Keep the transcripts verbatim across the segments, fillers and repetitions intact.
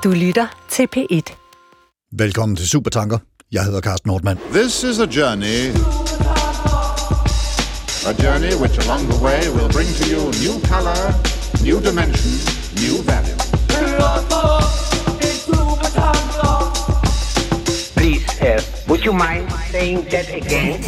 Du lytter til P et. Velkommen til Supertanker. Jeg hedder Carsten Nordmann. This is a journey. A journey which along the way will bring to you new color, new dimension, new value. Please, uh, would you mind saying that again?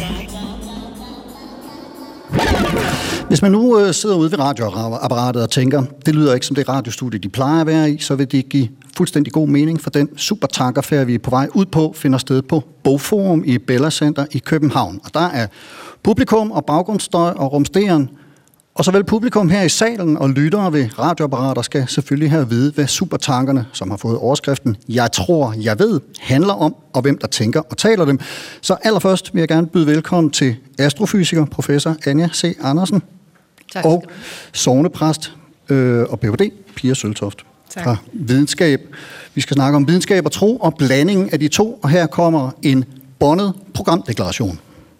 Hvis man nu øh, sidder ude ved radioapparatet og tænker, det lyder ikke som det radiostudie, de plejer at være i, så vil det give fuldstændig god mening, for den supertankerfærd, vi er på vej ud på, finder sted på Bogforum i Bella Center i København. Og der er publikum og baggrundsstøj og rumsteren, og såvel publikum her i salen og lyttere ved radioapparater skal selvfølgelig have at vide, hvad supertankerne, som har fået overskriften Jeg tror, jeg ved, handler om, og hvem der tænker og taler dem. Så allerførst vil jeg gerne byde velkommen til astrofysiker, professor Anja C. Andersen, tak, og sognepræst øh, og P H D, Pia Søltoft fra Videnskab. Vi skal snakke om videnskab og tro og blandingen af de to, og her kommer en båndet programdeklaration.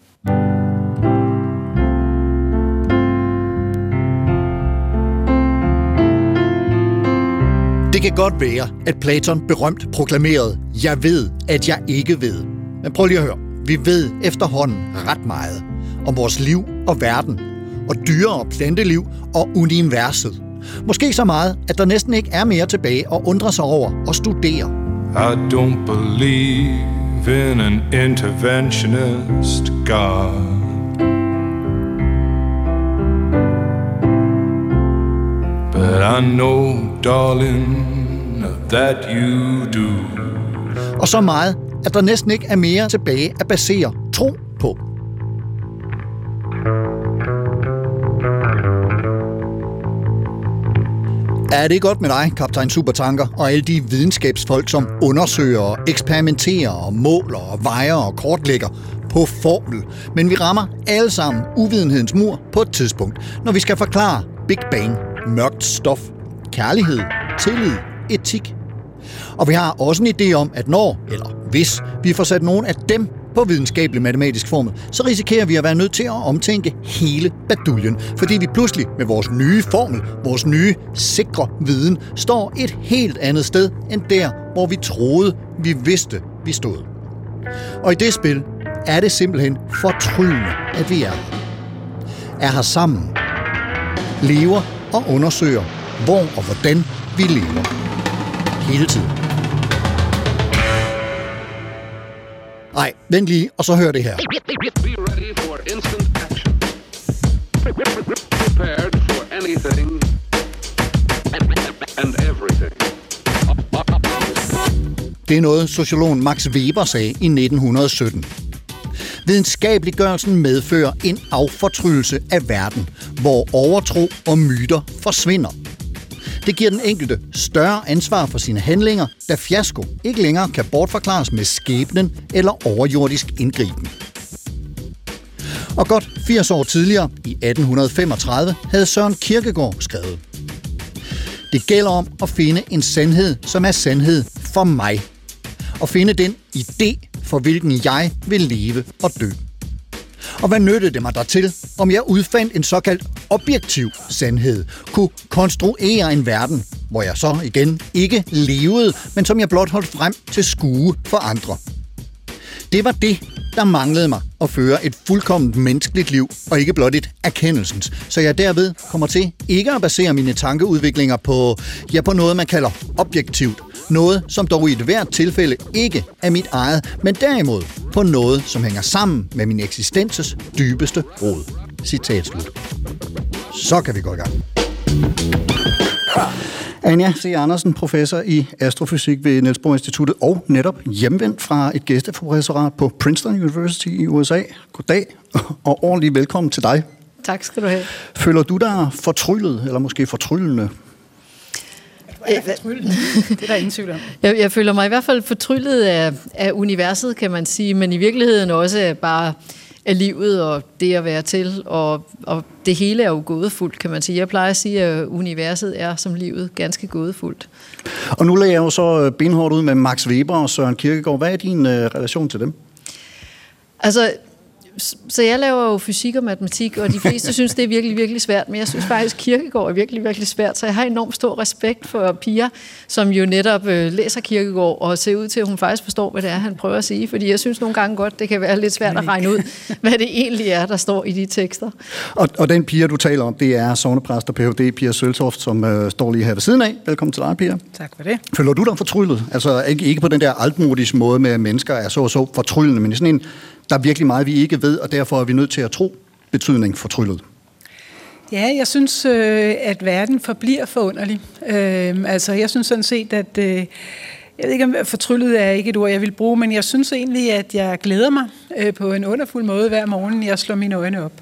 Det kan godt være, at Platon berømt proklamerede, jeg ved, at jeg ikke ved. Men prøv lige at høre. Vi ved efterhånden ret meget om vores liv og verden, og dyre- og planteliv og universet. Måske så meget, at der næsten ikke er mere tilbage at undre sig over og studere. I don't believe in an interventionist God. But I know, darling, that you do. Og så meget, at der næsten ikke er mere tilbage at basere tro på. Er det godt med dig, kaptajn Supertanker, og alle de videnskabsfolk, som undersøger, eksperimenterer, og måler, og vejer og kortlægger på formel? Men vi rammer alle sammen uvidenhedens mur på et tidspunkt, når vi skal forklare Big Bang, mørkt stof, kærlighed, tillid, etik. Og vi har også en idé om, at når, eller hvis, vi får sat nogen af dem på videnskabelig matematisk formel, så risikerer vi at være nødt til at omtænke hele baduljen, fordi vi pludselig med vores nye formel, vores nye sikre viden, står et helt andet sted end der, hvor vi troede, vi vidste, vi stod. Og i det spil er det simpelthen fortryllende, at vi er er her sammen, lever og undersøger, hvor og hvordan vi lever. Hele tiden. Ej, vent lige, og så hør det her. Be ready for instant action. Prepared for anything and everything. Det er noget, sociologen Max Weber sagde i nitten sytten. Videnskabeliggørelsen medfører en affortryllelse af verden, hvor overtro og myter forsvinder. Det giver den enkelte større ansvar for sine handlinger, da fiasko ikke længere kan bortforklares med skæbnen eller overjordisk indgriben. Og godt firs år tidligere, i atten femogtredive, havde Søren Kierkegaard skrevet: Det gælder om at finde en sandhed, som er sandhed for mig. Og finde den idé, for hvilken jeg vil leve og dø. Og hvad nyttede det mig dertil, om jeg udfandt en såkaldt objektiv sandhed, kunne konstruere en verden, hvor jeg så igen ikke levede, men som jeg blot holdt frem til skue for andre. Det var det, der manglede mig at føre et fuldkomment menneskeligt liv, og ikke blot et erkendelsens, så jeg derved kommer til ikke at basere mine tankeudviklinger på, ja, på noget, man kalder objektivt. Noget, som dog i et hvert tilfælde ikke er mit eget, men derimod på noget, som hænger sammen med min eksistenses dybeste rod. Citat slut. Så kan vi gå i gang. Anja C. Andersen, professor i astrofysik ved Niels Bohr Instituttet og netop hjemvendt fra et gæsteprofessorat på Princeton University i U S A. Goddag og ordentligt velkommen til dig. Tak skal du have. Føler du dig fortryllet, eller måske fortryllende? Det er der ingen tvivl om. Jeg, jeg føler mig i hvert fald fortryllet af, af universet, kan man sige, men i virkeligheden også bare af livet og det at være til, og, og det hele er jo gådefuldt, kan man sige. Jeg plejer at sige, at universet er som livet ganske gådefuldt. Og nu lagde jeg jo så benhårdt ud med Max Weber og Søren Kierkegaard. Hvad er din uh, relation til dem? Altså, så jeg laver jo fysik og matematik, og de fleste synes, det er virkelig, virkelig svært, men jeg synes faktisk, Kierkegaard er virkelig, virkelig svært, så jeg har enormt stor respekt for Pia, som jo netop øh, læser Kierkegaard, og ser ud til, at hun faktisk forstår, hvad det er, han prøver at sige, fordi jeg synes nogle gange godt, det kan være lidt svært at regne ud, hvad det egentlig er, der står i de tekster. Og, og den Pia, du taler om, det er sognepræst og P H D Pia Søltoft, som øh, står lige her ved siden af. Velkommen til dig, Pia. Tak for det. Føler du dig fortryllet? Altså ikke, ikke på den der altmodiske måde med, at mennesker er så og så fortryllende, men sådan en, der er virkelig meget, vi ikke ved, og derfor er vi nødt til at tro betydning fortryllet. Ja, jeg synes, øh, at verden forbliver forunderlig. Øh, altså, jeg synes sådan set, at... Øh, jeg ved ikke, om fortryllet er ikke et ord, jeg vil bruge, men jeg synes egentlig, at jeg glæder mig øh, på en underfuld måde hver morgen, jeg slår mine øjne op.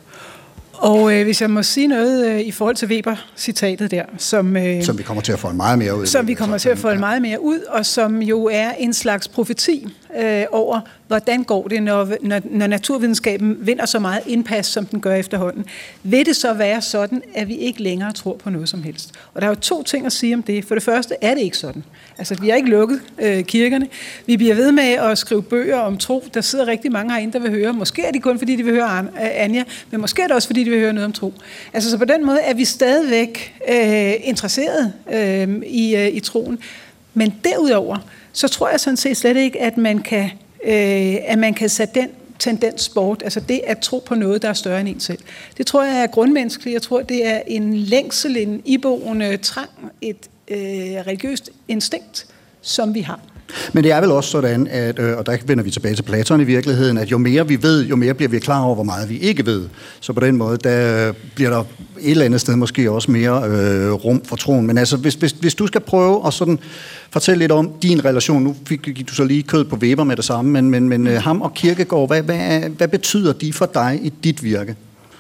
Og øh, hvis jeg må sige noget øh, i forhold til Weber-citatet der, som... Øh, som vi kommer til at folde meget mere ud. Som vi kommer til at folde meget mere ud, og som jo er en slags profeti øh, over, hvordan går det, når, når, når naturvidenskaben vinder så meget indpas, som den gør efterhånden. Vil det så være sådan, at vi ikke længere tror på noget som helst? Og der er jo to ting at sige om det. For det første er det ikke sådan. Altså, vi har ikke lukket øh, kirkerne. Vi bliver ved med at skrive bøger om tro. Der sidder rigtig mange herinde, der vil høre. Måske er det kun, fordi de vil høre Anja, men måske er det også, fordi de vil høre noget om tro. Altså, så på den måde er vi stadigvæk øh, interesseret øh, i, øh, i troen. Men derudover, så tror jeg sådan set slet ikke, at man kan, øh, at man kan sætte den tendens bort, altså det at tro på noget, der er større end en selv. Det tror jeg er grundmenneskeligt. Jeg tror, det er en længsel, en iboende trang, et øh, religiøst instinkt, som vi har. Men det er vel også sådan, at, øh, og der vender vi tilbage til Platon i virkeligheden, at jo mere vi ved, jo mere bliver vi klar over, hvor meget vi ikke ved. Så på den måde, der bliver der et eller andet sted måske også mere øh, rum for troen. Men altså, hvis, hvis, hvis du skal prøve at sådan fortælle lidt om din relation, nu fik du så lige kød på Weber med det samme, men, men, men øh, ham og Kierkegaard, hvad, hvad, hvad betyder de for dig i dit virke?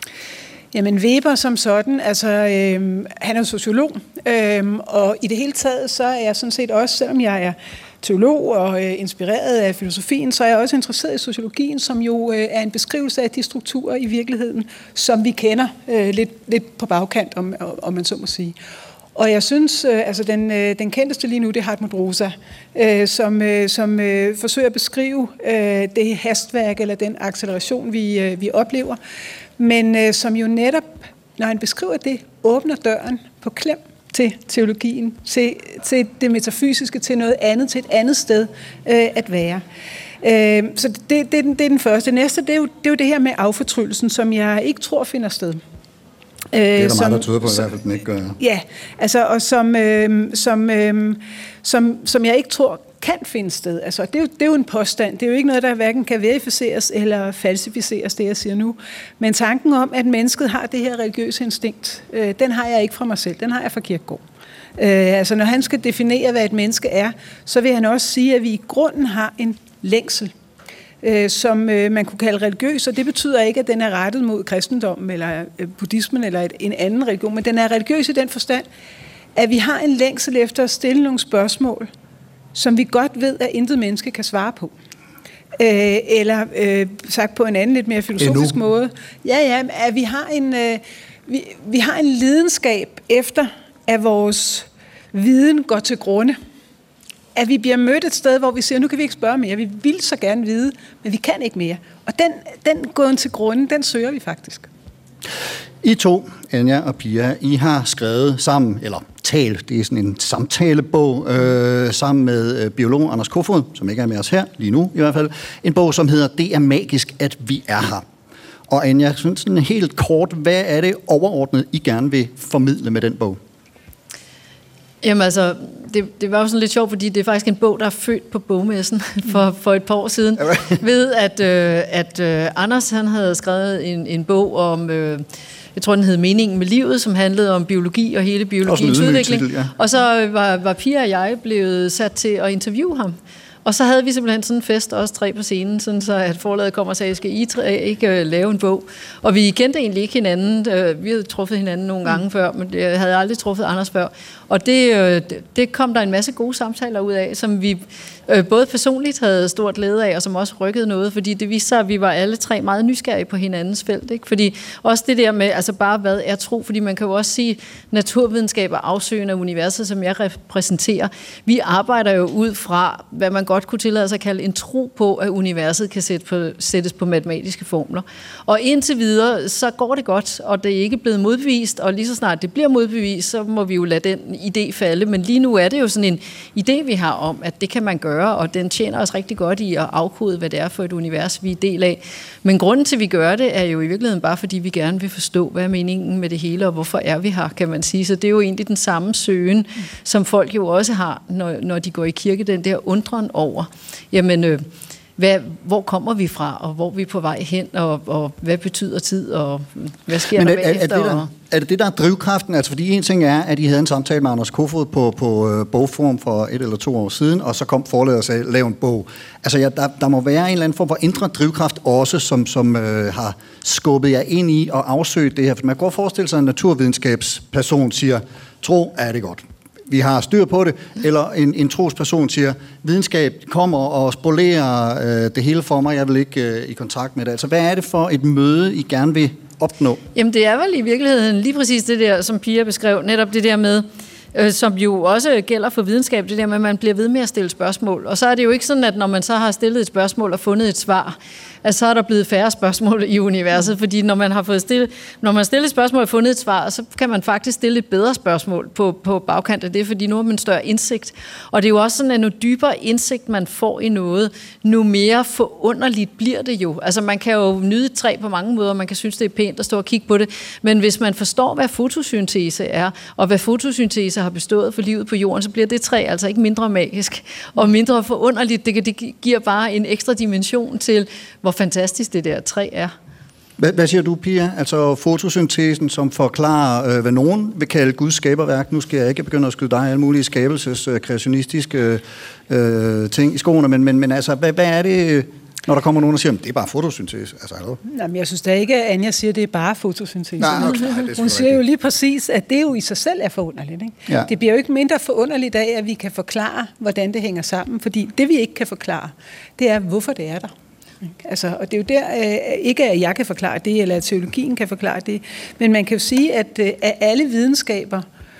Jamen Weber som sådan, altså øh, han er sociolog, øh, og i det hele taget, så er jeg sådan set også, selvom jeg er teolog og øh, inspireret af filosofien, så er jeg også interesseret i sociologien, som jo øh, er en beskrivelse af de strukturer i virkeligheden, som vi kender øh, lidt, lidt på bagkant, om, om man så må sige. Og jeg synes, øh, altså den, øh, den kendteste lige nu, det er Hartmut Rosa, øh, som, øh, som øh, forsøger at beskrive øh, det hastværk eller den acceleration, vi, øh, vi oplever, men øh, som jo netop, når han beskriver det, åbner døren på klem til teologien, til, til det metafysiske, til noget andet, til et andet sted øh, at være. Øh, så det, det, det, det er den første. Det næste, det er, jo, det er jo det her med affortryllelsen, som jeg ikke tror finder sted. Øh, det er der som, meget, der tyder på, i hvert fald, den ikke gør. Ja, altså, og som, øh, som, øh, som, som jeg ikke tror kan finde sted. Altså, det, er jo, det er jo en påstand. Det er jo ikke noget, der hverken kan verificeres eller falsificeres, det jeg siger nu. Men tanken om, at mennesket har det her religiøse instinkt, øh, den har jeg ikke fra mig selv. Den har jeg fra Kierkegaard. Øh, altså, når han skal definere, hvad et menneske er, så vil han også sige, at vi i grunden har en længsel, øh, som øh, man kunne kalde religiøs, og det betyder ikke, at den er rettet mod kristendommen eller øh, buddhismen eller et, en anden religion, men den er religiøs i den forstand, at vi har en længsel efter at stille nogle spørgsmål, som vi godt ved, at intet menneske kan svare på. Øh, eller øh, sagt på en anden, lidt mere filosofisk Endnu. måde. Ja, ja, at vi har en, øh, vi, vi har en lidenskab efter, at vores viden går til grunde. At vi bliver mødt et sted, hvor vi siger, nu kan vi ikke spørge mere. Vi vil så gerne vide, men vi kan ikke mere. Og den, den gåen til grunde, den søger vi faktisk. I to, Anja og Pia, I har skrevet sammen, eller talt, det er sådan en samtalebog, øh, sammen med øh, biolog Anders Kofod, som ikke er med os her, lige nu i hvert fald. En bog, som hedder Det er magisk, at vi er her. Og Anja, sådan helt kort, hvad er det overordnet, I gerne vil formidle med den bog? Jamen altså, det, det var jo sådan lidt sjovt, fordi det er faktisk en bog, der er født på bogmessen for, for et par år siden, ved at, øh, at øh, Anders han havde skrevet en, en bog om, øh, jeg tror den hed Meningen med livet, som handlede om biologi og hele biologiens udvikling. Titel, ja. Og så var, var Pia og jeg blevet sat til at interviewe ham. Og så havde vi simpelthen sådan en fest, også tre på scenen, sådan så at forlaget kom og sagde, skal I tre ikke uh, lave en bog? Og vi kendte egentlig ikke hinanden. Uh, vi havde truffet hinanden nogle gange mm. før, men jeg havde aldrig truffet Anders før. Og det, uh, det kom der en masse gode samtaler ud af, som vi uh, både personligt havde stort glæde af, og som også rykkede noget, fordi det viste sig, at vi var alle tre meget nysgerrige på hinandens felt. Ikke? Fordi også det der med, altså bare hvad er tro? Fordi man kan jo også sige, naturvidenskab og afsøgende af universet, som jeg repræsenterer, vi arbejder jo ud fra, hvad man godt godt kunne tillade sig at kalde en tro på, at universet kan sætte på, sættes på matematiske formler. Og indtil videre, så går det godt, og det er ikke blevet modbevist, og lige så snart det bliver modbevist, så må vi jo lade den idé falde. Men lige nu er det jo sådan en idé, vi har om, at det kan man gøre, og den tjener os rigtig godt i at afkode, hvad det er for et univers, vi er del af. Men grunden til, at vi gør det, er jo i virkeligheden bare, fordi vi gerne vil forstå, hvad er meningen med det hele, og hvorfor er vi her, kan man sige. Så det er jo egentlig den samme søgen, mm. som folk jo også har, når, når de går i kirke, den der undren over, jamen, øh, hvad, hvor kommer vi fra, og hvor er vi på vej hen, og, og hvad betyder tid, og hvad sker Men der er, bagefter? Er det, der, er det det, der er drivkraften? Altså, fordi en ting er, at I havde en samtale med Anders Kofoed på, på uh, Bogforum for et eller to år siden, og så kom forlaget og sagde, lav en bog. Altså, ja, der, der må være en eller anden form for indre drivkraft også, som, som uh, har skubbet jer ind i og afsøgt det her. For man kan godt forestille sig, at en naturvidenskabsperson siger, tro, er det godt. Vi har styr på det, eller en, en trosperson siger, videnskab kommer og spolerer øh, det hele for mig, jeg vil ikke øh, i kontakt med det. Altså, hvad er det for et møde, I gerne vil opnå? Jamen, det er vel i virkeligheden lige præcis det der, som Pia beskrev, netop det der med, øh, som jo også gælder for videnskab, det der med, at man bliver ved med at stille spørgsmål. Og så er det jo ikke sådan, at når man så har stillet et spørgsmål og fundet et svar, at så er der blevet færre spørgsmål i universet, fordi når man har fået stillet, når man har stillet et spørgsmål og fundet et svar, så kan man faktisk stille et bedre spørgsmål på, på bagkant af det, fordi nu har man større indsigt. Og det er jo også sådan, at nu dybere indsigt man får i noget, nu mere forunderligt bliver det jo. Altså man kan jo nyde et træ på mange måder, man kan synes, det er pænt at stå og kigge på det, men hvis man forstår, hvad fotosyntese er, og hvad fotosyntese har bestået for livet på jorden, så bliver det træ altså ikke mindre magisk og mindre forunderligt. Det, det giver bare en ekstra dimension til, hvor fantastisk det der træ er. Hvad, hvad siger du, Pia? Altså fotosyntesen, som forklarer, øh, hvad nogen vil kalde Guds skaberværk. Nu skal jeg ikke begynde at skyde dig alle mulige skabelses, øh, kreationistiske øh, ting i skoene, men, men, men altså, hvad, hvad er det, når der kommer nogen og siger, det er bare fotosyntese? Altså, Jamen, jeg synes da ikke, at Anja siger, at det er bare fotosyntese. Nej, okay, nej, Hun siger jo lige præcis, at det jo i sig selv er forunderligt. Ikke? Ja. Det bliver jo ikke mindre forunderligt af, at vi kan forklare, hvordan det hænger sammen, fordi det, vi ikke kan forklare, det er, hvorfor det er der. Altså, og det er jo der, øh, ikke at jeg kan forklare det, eller at teologien kan forklare det, men man kan jo sige, at, øh, at alle videnskaber,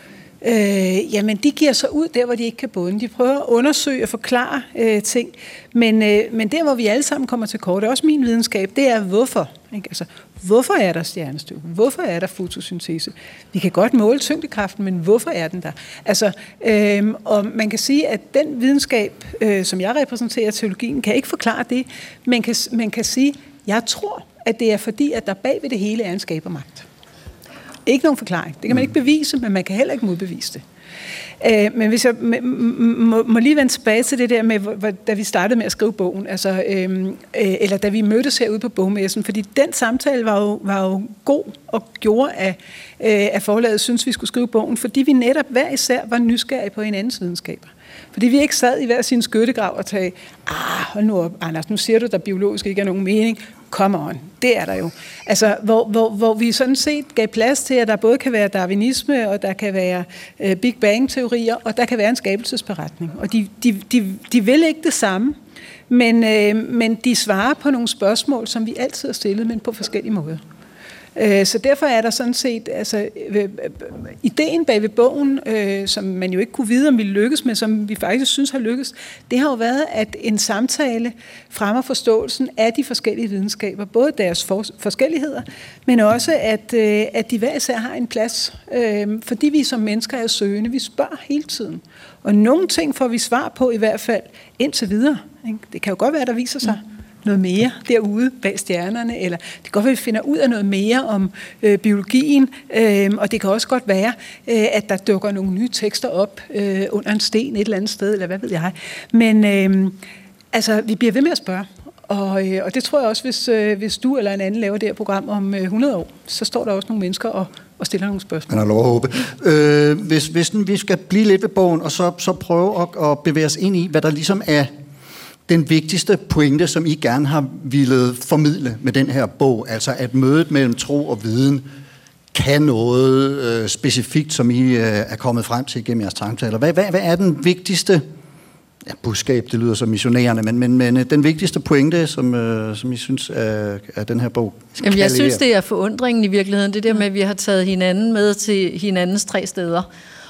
øh, jamen de giver sig ud der, hvor de ikke kan bunde. De prøver at undersøge og forklare øh, ting, men, øh, men der, hvor vi alle sammen kommer til kort, det er også min videnskab, det er hvorfor. Ikke? Altså, hvorfor er der stjernestøv? Hvorfor er der fotosyntese? Vi kan godt måle tyngdekraften, men hvorfor er den der? Altså, øh, og man kan sige, at den videnskab, øh, som jeg repræsenterer, teologien, kan ikke forklare det, men kan, man kan sige, jeg tror, at det er fordi, at der bag ved det hele er en skabermagt. Ikke nogen forklaring. Det kan man ikke bevise, men man kan heller ikke modbevise det. Øh, men hvis jeg må, må lige vende tilbage til det der med, hvor, da vi startede med at skrive bogen, altså, øh, øh, eller da vi mødtes herude på bogmessen, fordi den samtale var jo, var jo god og gjorde, at, øh, at forlaget synes vi skulle skrive bogen, fordi vi netop hver især var nysgerrige på hinandens videnskaber. Fordi vi ikke sad i hver sin skyttegrav og sagde, ah, hold nu op, Anders, nu siger du, der biologisk ikke er nogen mening. Come on, det er der jo. Altså, hvor, hvor, hvor vi sådan set gav plads til, at der både kan være darwinisme, og der kan være øh, Big Bang-teorier, og der kan være en skabelsesberetning. Og de, de, de, de vil ikke det samme, men, øh, men de svarer på nogle spørgsmål, som vi altid har stillet, men på forskellige måder. Så derfor er der sådan set, altså, ideen bag ved bogen, øh, som man jo ikke kunne vide, om vi lykkes med, som vi faktisk synes har lykkes, det har jo været, at en samtale fremmer forståelsen af de forskellige videnskaber, både deres for, forskelligheder, men også, at, øh, at de hver især har en plads, øh, fordi vi som mennesker er søgende, vi spørger hele tiden. Og nogle ting får vi svar på i hvert fald indtil videre. Ikke? Det kan jo godt være, at der viser sig noget mere derude bag stjernerne, eller det kan godt være, at vi finder ud af noget mere om øh, biologien, øh, og det kan også godt være, øh, at der dukker nogle nye tekster op øh, under en sten et eller andet sted, eller hvad ved jeg. Men øh, altså, vi bliver ved med at spørge, og, øh, og det tror jeg også, hvis, øh, hvis du eller en anden laver det her program om øh, hundrede år, så står der også nogle mennesker og, og stiller nogle spørgsmål. Man har lov at håbe. Øh, hvis, hvis den, vi skal blive lidt ved bogen, og så, så prøve at, at bevæge os ind i, hvad der ligesom er den vigtigste pointe, som I gerne har ville formidle med den her bog, altså at mødet mellem tro og viden kan noget øh, specifikt, som I øh, er kommet frem til gennem jeres samtaler. Hvad, hvad, hvad er den vigtigste ja, budskab, det lyder som missionerende, men, men, men den vigtigste pointe, som, øh, som I synes, er, er den her bog? Jamen, jeg synes, det er forundringen i virkeligheden, det der med, at vi har taget hinanden med til hinandens tre steder.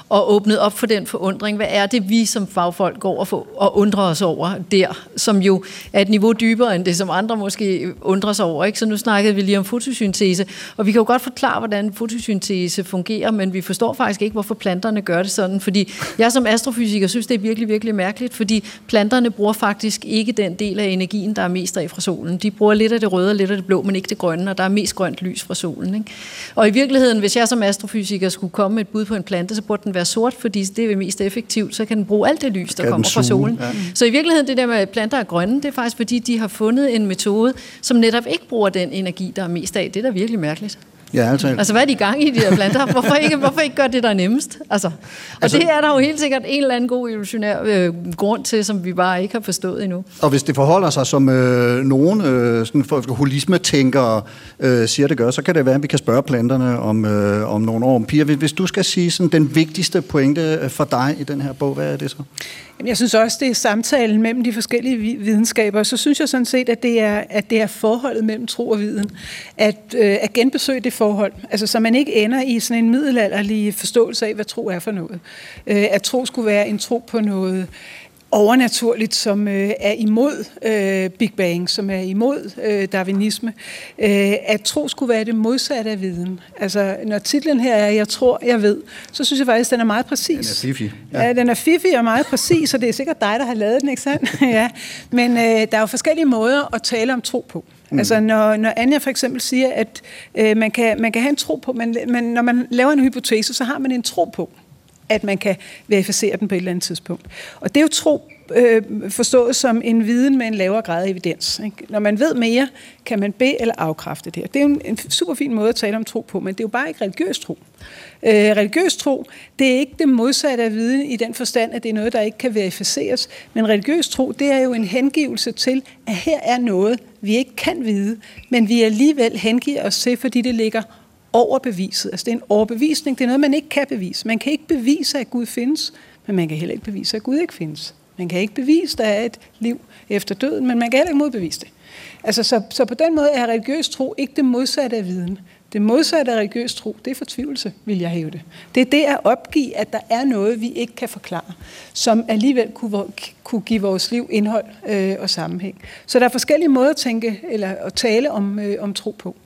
og åbnet op for den forundring. Hvad er det, vi som fagfolk går og, for, og undrer os over der, som jo er et niveau dybere end det, som andre måske undrer sig over. Ikke? Så nu snakkede vi lige om fotosyntese, og vi kan jo godt forklare, hvordan fotosyntese fungerer, men vi forstår faktisk ikke, hvorfor planterne gør det sådan, fordi jeg som astrofysiker synes, det er virkelig, virkelig mærkeligt, fordi planterne bruger faktisk ikke den del af energien, der er mest af fra solen. De bruger lidt af det røde og lidt af det blå, men ikke det grønne, og der er mest grønt lys fra solen. Ikke? Og i virkeligheden, hvis jeg som astrofysiker skulle komme med et bud på en plante, så burde den være sort, fordi det er mest effektivt, så kan den bruge alt det lys, der kommer fra solen. Ja. Så i virkeligheden, det der med planter er grønne, det er faktisk fordi, de har fundet en metode, som netop ikke bruger den energi, der er mest af. Det er da virkelig mærkeligt. Ja, altså. altså, hvad er de i gang i, de der planter? Hvorfor ikke, hvorfor ikke gøre det, der er nemmest? Altså, og altså, det er der jo helt sikkert en eller anden god evolutionær øh, grund til, som vi bare ikke har forstået endnu. Og hvis det forholder sig, som øh, nogen øh, sådan for holisme-tænkere øh, siger, det gør, så kan det være, at vi kan spørge planterne om, øh, om nogle år. Pia, hvis du skal sige sådan, den vigtigste pointe for dig i den her bog, hvad er det så? Jeg synes også, det er samtalen mellem de forskellige videnskaber. Så synes jeg sådan set, at det er, at det er forholdet mellem tro og viden. At, øh, at genbesøge det forhold. Altså, så man ikke ender i sådan en middelalderlig forståelse af, hvad tro er for noget. Øh, at tro skulle være en tro på noget overnaturligt, som øh, er imod øh, Big Bang, som er imod øh, darwinisme. Øh, at tro skulle være det modsatte af viden. Altså, når titlen her er, jeg tror, jeg ved, så synes jeg faktisk, den er meget præcis. Den er fiffig. Ja, ja den er fiffig og meget præcis, og det er sikkert dig, der har lavet den, ikke sandt? Ja. Men øh, der er jo forskellige måder at tale om tro på. Mm. Altså, når, når Anja for eksempel siger, at øh, man, kan, man kan have en tro på, men, men når man laver en hypotese, så har man en tro på, at man kan verificere den på et eller andet tidspunkt. Og det er jo tro øh, forstået som en viden med en lavere grad af evidens. Ikke? Når man ved mere, kan man be- eller afkræfte det her. Det er jo en, en super fin måde at tale om tro på, men det er jo bare ikke religiøs tro. Øh, religiøs tro, det er ikke det modsatte af viden i den forstand, at det er noget, der ikke kan verificeres. Men religiøs tro, det er jo en hengivelse til, at her er noget, vi ikke kan vide, men vi alligevel hengiver os til, fordi det ligger overbeviset. Altså det er en overbevisning, det er noget, man ikke kan bevise. Man kan ikke bevise, at Gud findes, men man kan heller ikke bevise, at Gud ikke findes. Man kan ikke bevise, at der er et liv efter døden, men man kan heller ikke modbevise det. Altså, så, så på den måde er religiøs tro ikke det modsatte af viden. Det modsatte af religiøs tro, det er fortvivlelse, vil jeg hævde. Det er det at opgive, at der er noget, vi ikke kan forklare, som alligevel kunne, kunne give vores liv indhold øh, og sammenhæng. Så der er forskellige måder at tænke eller at tale om, øh, om tro på.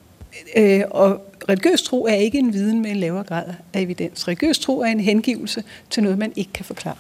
Øh, og religiøs tro er ikke en viden med en lavere grad af evidens. Religiøs tro er en hengivelse til noget, man ikke kan forklare.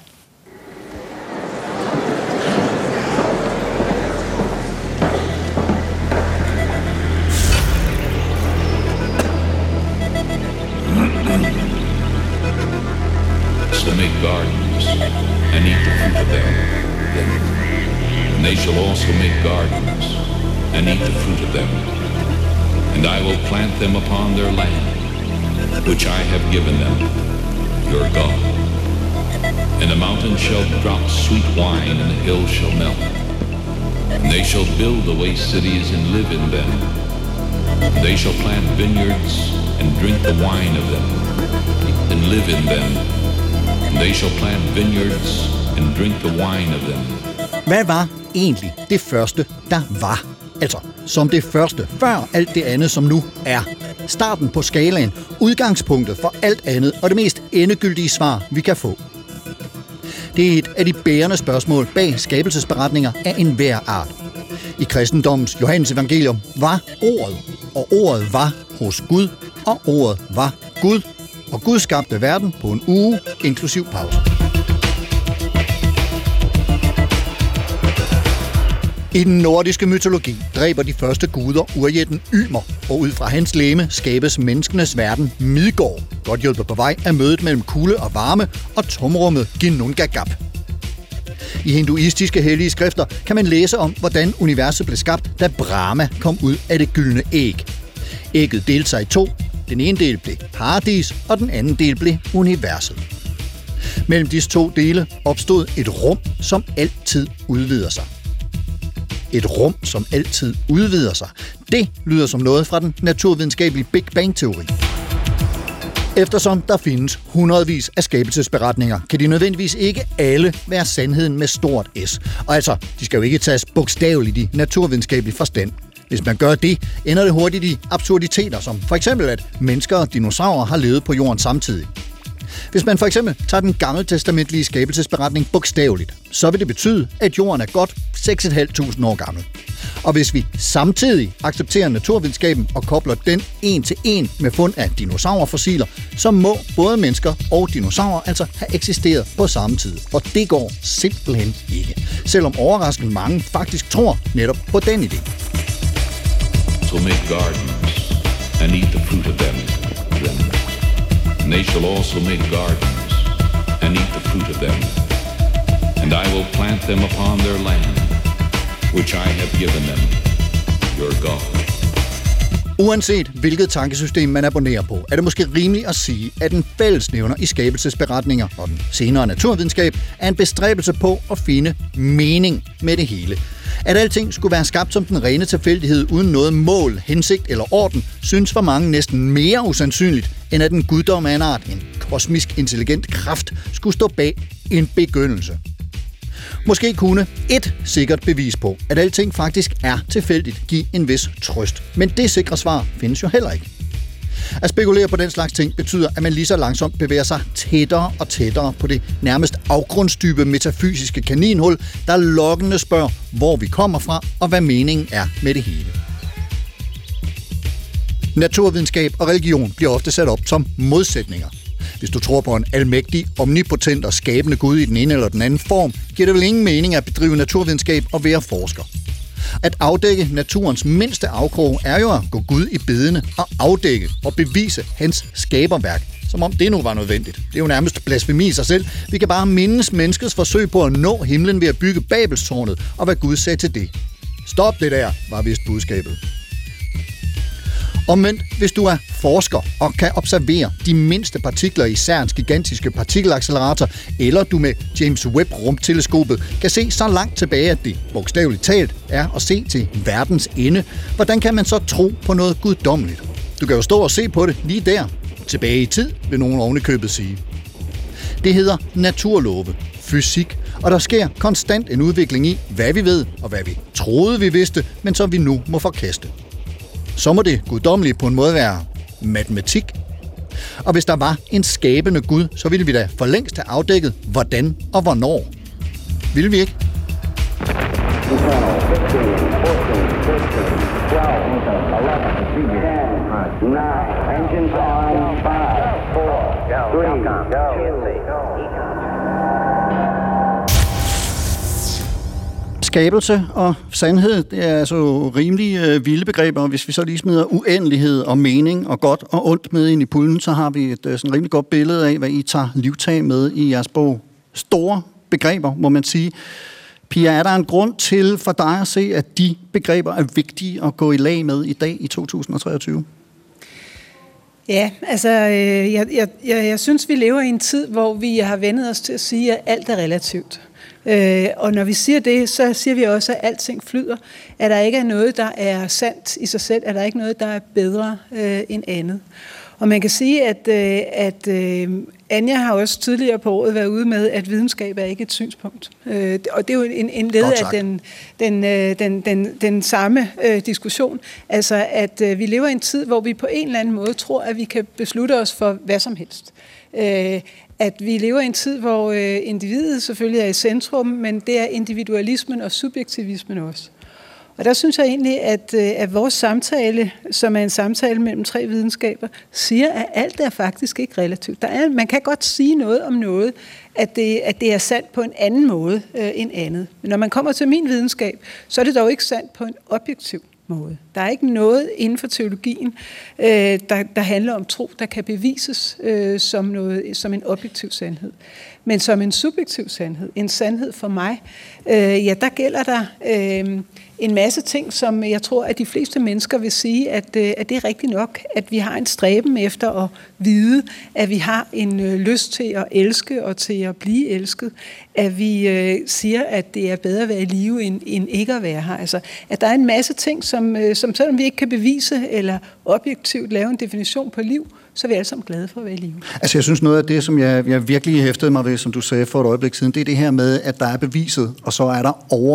Shall make gardens and eat the fruit of them. Then, and they shall also make gardens and eat the fruit of them. And I will plant them upon their land, which I have given them, your God. And the mountains shall drop sweet wine, and the hills shall melt. And they shall build away cities and live in them. And they shall plant vineyards and drink the wine of them, and live in them. And they shall plant vineyards and drink the wine of them. Hvad var egentlig det første, der var? Altså, som det første, før alt det andet, som nu er. Starten på skalaen, udgangspunktet for alt andet, og det mest endegyldige svar, vi kan få. Det er et af de bærende spørgsmål bag skabelsesberetninger af enhver art. I kristendommens Johannes evangelium var ordet, og ordet var hos Gud, og ordet var Gud, og Gud skabte verden på en uge, inklusiv pause. I den nordiske mytologi dræber de første guder urjætten Ymer, og ud fra hans legeme skabes menneskenes verden Midgård, godt hjulpet på vej af mødet mellem kulde og varme og tomrummet Ginnungagap. I hinduistiske hellige skrifter kan man læse om, hvordan universet blev skabt, da Brahma kom ud af det gyldne æg. Ægget delte sig i to. Den ene del blev paradis, og den anden del blev universet. Mellem disse to dele opstod et rum, som altid udvider sig. Et rum, som altid udvider sig. Det lyder som noget fra den naturvidenskabelige Big Bang-teori. Eftersom der findes hundredvis af skabelsesberetninger, kan de nødvendigvis ikke alle være sandheden med stort S. Og altså, de skal jo ikke tages bogstaveligt i naturvidenskabelig forstand. Hvis man gør det, ender det hurtigt i absurditeter, som for eksempel, at mennesker og dinosaurer har levet på jorden samtidig. Hvis man for eksempel tager den gammeltestamentlige skabelsesberetning bogstaveligt, så vil det betyde, at jorden er godt seks tusind fem hundrede år gammel. Og hvis vi samtidig accepterer naturvidenskaben og kobler den en til en med fund af dinosaurfossiler, så må både mennesker og dinosaurer altså have eksisteret på samme tid. Og det går simpelthen ikke. Selvom overraskende mange faktisk tror netop på den idé. To make gardens and eat the fruit of them, then. And they shall also make gardens and eat the fruit of them. And I will plant them upon their land, which I have given them, your God. Uanset hvilket tankesystem man abonnerer på, er det måske rimeligt at sige, at en fællesnævner i skabelsesberetninger og den senere naturvidenskab er en bestræbelse på at finde mening med det hele. At alting skulle være skabt som den rene tilfældighed uden noget mål, hensigt eller orden, synes for mange næsten mere usandsynligt, end at en guddom af en art, en kosmisk intelligent kraft, skulle stå bag en begyndelse. Måske kunne et sikkert bevis på, at alting faktisk er tilfældigt, give en vis trøst. Men det sikre svar findes jo heller ikke. At spekulere på den slags ting betyder, at man lige så langsomt bevæger sig tættere og tættere på det nærmest afgrundsdybe metafysiske kaninhul, der lokkende spørger, hvor vi kommer fra og hvad meningen er med det hele. Naturvidenskab og religion bliver ofte sat op som modsætninger. Hvis du tror på en almægtig, omnipotent og skabende Gud i den ene eller den anden form, giver det vel ingen mening at bedrive naturvidenskab og være forsker. At afdække naturens mindste afkrog er jo at gå Gud i bedene og afdække og bevise hans skaberværk, som om det nu var nødvendigt. Det er jo nærmest blasfemi i sig selv. Vi kan bare mindes menneskets forsøg på at nå himlen ved at bygge Babelstårnet, og hvad Gud sagde til det. Stop det der, var vist budskabet. Omvendt, hvis du er forsker og kan observere de mindste partikler i C E R N's gigantiske partikelaccelerator, eller du med James Webb-rumteleskopet kan se så langt tilbage, at det bogstaveligt talt er at se til verdens ende, hvordan kan man så tro på noget guddommeligt? Du kan jo stå og se på det lige der. Tilbage i tid, vil nogen ovenikøbet sige. Det hedder naturlove, fysik, og der sker konstant en udvikling i, hvad vi ved og hvad vi troede, vi vidste, men som vi nu må forkaste. Så må det guddommelige på en måde være matematik. Og hvis der var en skabende Gud, så ville vi da for længst have afdækket, hvordan og hvornår. Ville vi ikke? Skabelse og sandhed, det er altså rimelig øh, vilde begreber, og hvis vi så lige smider uendelighed og mening og godt og ondt med ind i puljen, så har vi et øh, sådan rimelig godt billede af, hvad I tager livtag med i jeres bog. Store begreber, må man sige. Pia, er der en grund til for dig at se, at de begreber er vigtige at gå i lag med i dag i to tusind treogtyve? Ja, altså øh, jeg, jeg, jeg, jeg synes, vi lever i en tid, hvor vi har vendet os til at sige, at alt er relativt. Øh, og når vi siger det, så siger vi også, at alting flyder. At der ikke er noget, der er sandt i sig selv, at der ikke er noget, der er bedre øh, end andet. Og man kan sige, at, øh, at øh, Anja har også tidligere på året været ude med, at videnskab er ikke et synspunkt. Øh, og det er jo en, en led af den, den, øh, den, den, den samme øh, diskussion. Altså, at øh, vi lever i en tid, hvor vi på en eller anden måde tror, at vi kan beslutte os for hvad som helst. Øh, at vi lever i en tid, hvor øh, individet selvfølgelig er i centrum, men det er individualismen og subjektivismen også. Og der synes jeg egentlig, at, at vores samtale, som er en samtale mellem tre videnskaber, siger, at alt er faktisk ikke relativt. Der er, man kan godt sige noget om noget, at det, at det er sandt på en anden måde øh, end andet. Men når man kommer til min videnskab, så er det dog ikke sandt på en objektiv måde. Der er ikke noget inden for teologien, øh, der, der handler om tro, der kan bevises øh, som, noget, som en objektiv sandhed. Men som en subjektiv sandhed, en sandhed for mig, øh, ja, der gælder der øh, en masse ting, som jeg tror, at de fleste mennesker vil sige, at, øh, at det er rigtigt nok, at vi har en stræben efter at vide, at vi har en øh, lyst til at elske og til at blive elsket, at vi øh, siger, at det er bedre at være i live, end, end ikke at være her. Altså, at der er en masse ting, som, øh, som selvom vi ikke kan bevise eller objektivt lave en definition på liv, så er vi alle sammen glade for at være i live. Altså jeg synes noget af det, som jeg, jeg virkelig hæftede mig ved, som du sagde for et øjeblik siden, det er det her med, at der er beviset, og så er der over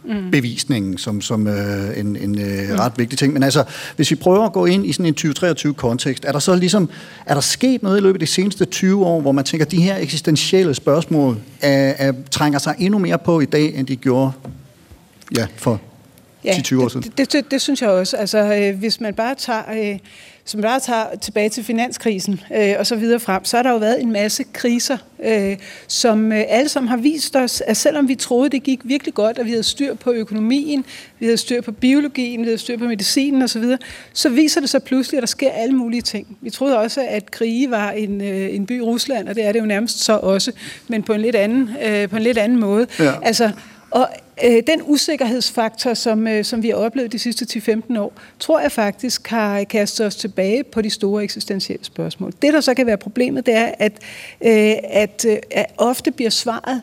mm. bevisningen som, som øh, en, en øh, mm. ret vigtig ting. Men altså, hvis vi prøver at gå ind i sådan en tyve treogtyve-kontekst, er der så ligesom, er der sket noget i løbet af de seneste tyve år, hvor man tænker, at de her eksistentielle spørgsmål er, er, trænger sig endnu mere på i dag, end de gjorde ja, for ti til tyve år siden? Det, det, det, det synes jeg også. Altså, øh, hvis man bare tager... Øh, Som bare tager tilbage til finanskrisen øh, og så videre frem, så har der jo været en masse kriser, øh, som øh, alle sammen har vist os, at selvom vi troede, det gik virkelig godt, at vi havde styr på økonomien, vi havde styr på biologien, vi havde styr på medicinen og så videre, så viser det sig pludselig, at der sker alle mulige ting. Vi troede også, at krige var en, øh, en by i Rusland, og det er det jo nærmest så også, men på en lidt anden, øh, på en lidt anden måde. Ja. Altså, og øh, den usikkerhedsfaktor, som, øh, som vi har oplevet de sidste ti til femten år, tror jeg faktisk har kastet os tilbage på de store eksistentielle spørgsmål. Det, der så kan være problemet, det er, at, øh, at, øh, at ofte bliver svaret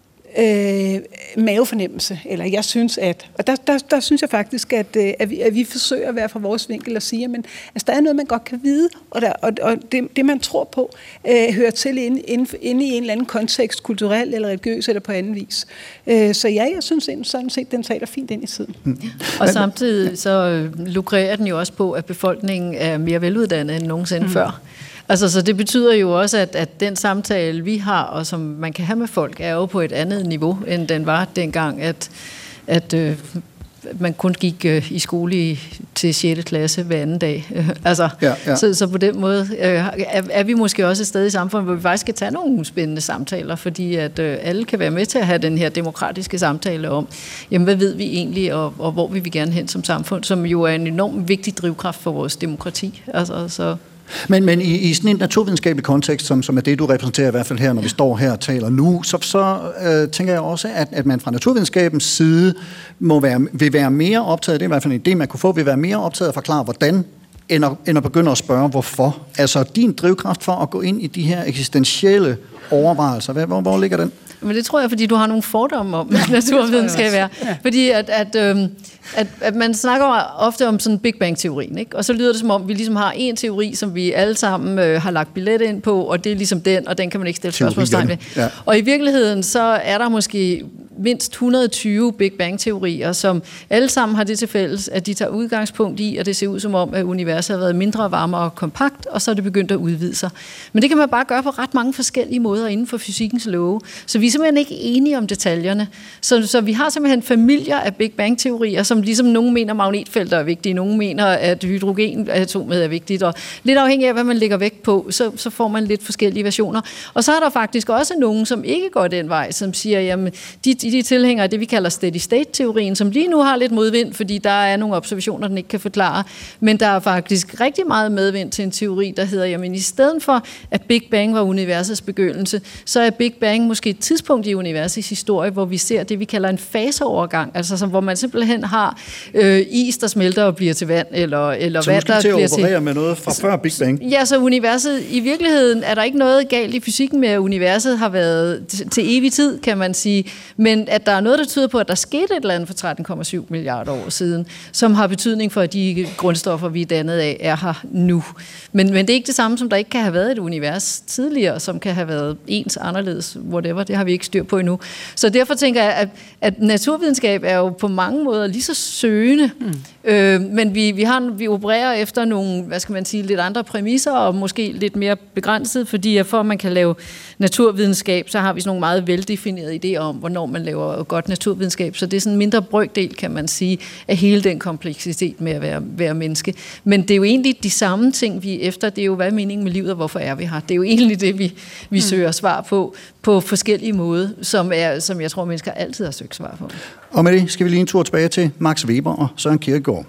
øh, mavefornemmelse, eller jeg synes at, og der, der, der synes jeg faktisk, at, at, vi, at vi forsøger at være fra vores vinkel og sige, men altså, der er noget, man godt kan vide, og, der, og, og det, det, man tror på, øh, hører til inde, inde, inde i en eller anden kontekst, kulturel eller religiøs eller på anden vis. Øh, så ja, jeg synes sådan set, den taler fint ind i tiden. Mm. Og samtidig så lukrerer den jo også på, at befolkningen er mere veluddannet end nogensinde mm. før. Altså, så det betyder jo også, at, at den samtale, vi har, og som man kan have med folk, er jo på et andet niveau, end den var dengang, at, at øh, man kun gik øh, i skole i, til sjette klasse hver anden dag. altså, ja, ja. Så, så på den måde øh, er, er vi måske også et sted i samfundet, hvor vi faktisk skal tage nogle spændende samtaler, fordi at øh, alle kan være med til at have den her demokratiske samtale om, jamen, hvad ved vi egentlig, og, og hvor vil vi gerne hen som samfund, som jo er en enormt vigtig drivkraft for vores demokrati. Altså, så Men, men i, i sådan en naturvidenskabelig kontekst, som, som er det, du repræsenterer i hvert fald her, når vi står her og taler nu, så, så øh, tænker jeg også, at, at man fra naturvidenskabens side må være, vil være mere optaget, det er i hvert fald en idé, man kunne få, vil være mere optaget at forklare, hvordan, end at, end at begynde at spørge, hvorfor. Altså din drivkraft for at gå ind i de her eksistentielle overvejelser, hvor, hvor ligger den? Men det tror jeg, fordi du har nogle fordomme om, hvad naturvidenskab er. Fordi at, at, øhm, at, at man snakker ofte om sådan Big Bang-teorien, ikke? Og så lyder det som om, vi ligesom har en teori, som vi alle sammen øh, har lagt billet ind på, og det er ligesom den, og den kan man ikke stille spørgsmålstegn ved. Ja. Og i virkeligheden, så er der måske mindst et hundrede og tyve Big Bang-teorier, som alle sammen har det til fælles, at de tager udgangspunkt i, og det ser ud som om, at universet har været mindre, varmere og kompakt, og så er det begyndt at udvide sig. Men det kan man bare gøre på ret mange forskellige måder inden for fysikkens love. Så vi er simpelthen ikke enige om detaljerne. Så, så vi har simpelthen familier af Big Bang-teorier, som ligesom nogen mener, magnetfelter er vigtige, nogen mener, at hydrogenatomet er vigtigt, og lidt afhængig af, hvad man lægger vægt på, så, så får man lidt forskellige versioner. Og så er der faktisk også nogen, som ikke går den vej, som siger, jamen, de, de, de tilhængere af det, vi kalder steady-state-teorien, som lige nu har lidt modvind, fordi der er nogle observationer, den ikke kan forklare, men der er faktisk rigtig meget medvind til en teori, der hedder, jamen, i stedet for, at Big Bang var universets begyndelse, så er Big Bang måske et tidspunkt i universets historie, hvor vi ser det, vi kalder en faseovergang, altså som, hvor man simpelthen har øh, is, der smelter og bliver til vand, eller, eller vand, der bliver til... Så måske til at operere med noget fra før Big Bang? Ja, så universet, i virkeligheden er der ikke noget galt i fysikken med, at universet har været til evig tid, kan man sige, men at der er noget, der tyder på, at der skete et eller andet for tretten komma syv milliarder år siden, som har betydning for, at de grundstoffer, vi er dannet af, er her nu. Men, men det er ikke det samme, som der ikke kan have været et univers tidligere, som kan have været ens, anderledes, whatever, det har vi ikke styr på endnu. Så derfor tænker jeg, at, at naturvidenskab er jo på mange måder lige så søgende, mm. øh, men vi, vi, har, vi opererer efter nogle, hvad skal man sige, lidt andre præmisser, og måske lidt mere begrænset, fordi for at man kan lave naturvidenskab, så har vi sådan nogle meget veldefinerede idéer om, hvornår man laver godt naturvidenskab, så det er sådan en mindre brøkdel, kan man sige, af hele den kompleksitet med at være, være menneske. Men det er jo egentlig de samme ting, vi er efter, det er jo, hvad er meningen med livet, og hvorfor er vi her? Det er jo egentlig det, vi, vi mm. søger svar på, på forskellige måder, som, er, som jeg tror, mennesker altid har søgt svar på. Og med det skal vi lige en tur tilbage til Max Weber og Søren Kierkegaard.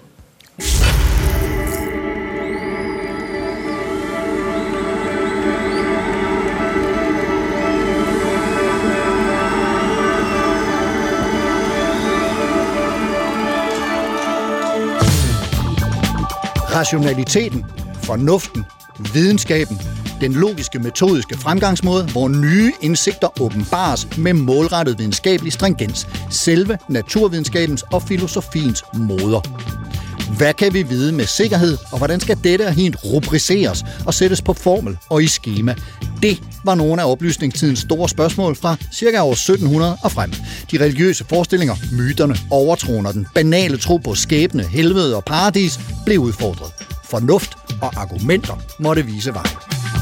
Rationaliteten, fornuften, videnskaben, den logiske metodiske fremgangsmåde, hvor nye indsigter åbenbares med målrettet videnskabelig stringens, selve naturvidenskabens og filosofiens moder. Hvad kan vi vide med sikkerhed, og hvordan skal dette helt rubriceres og sættes på formel og i skema? Det var nogle af oplysningstidens store spørgsmål fra cirka år sytten hundrede og frem. De religiøse forestillinger, myterne, overtroen og den banale tro på skæbne, helvede og paradis blev udfordret. Fornuft og argumenter måtte vise vejen.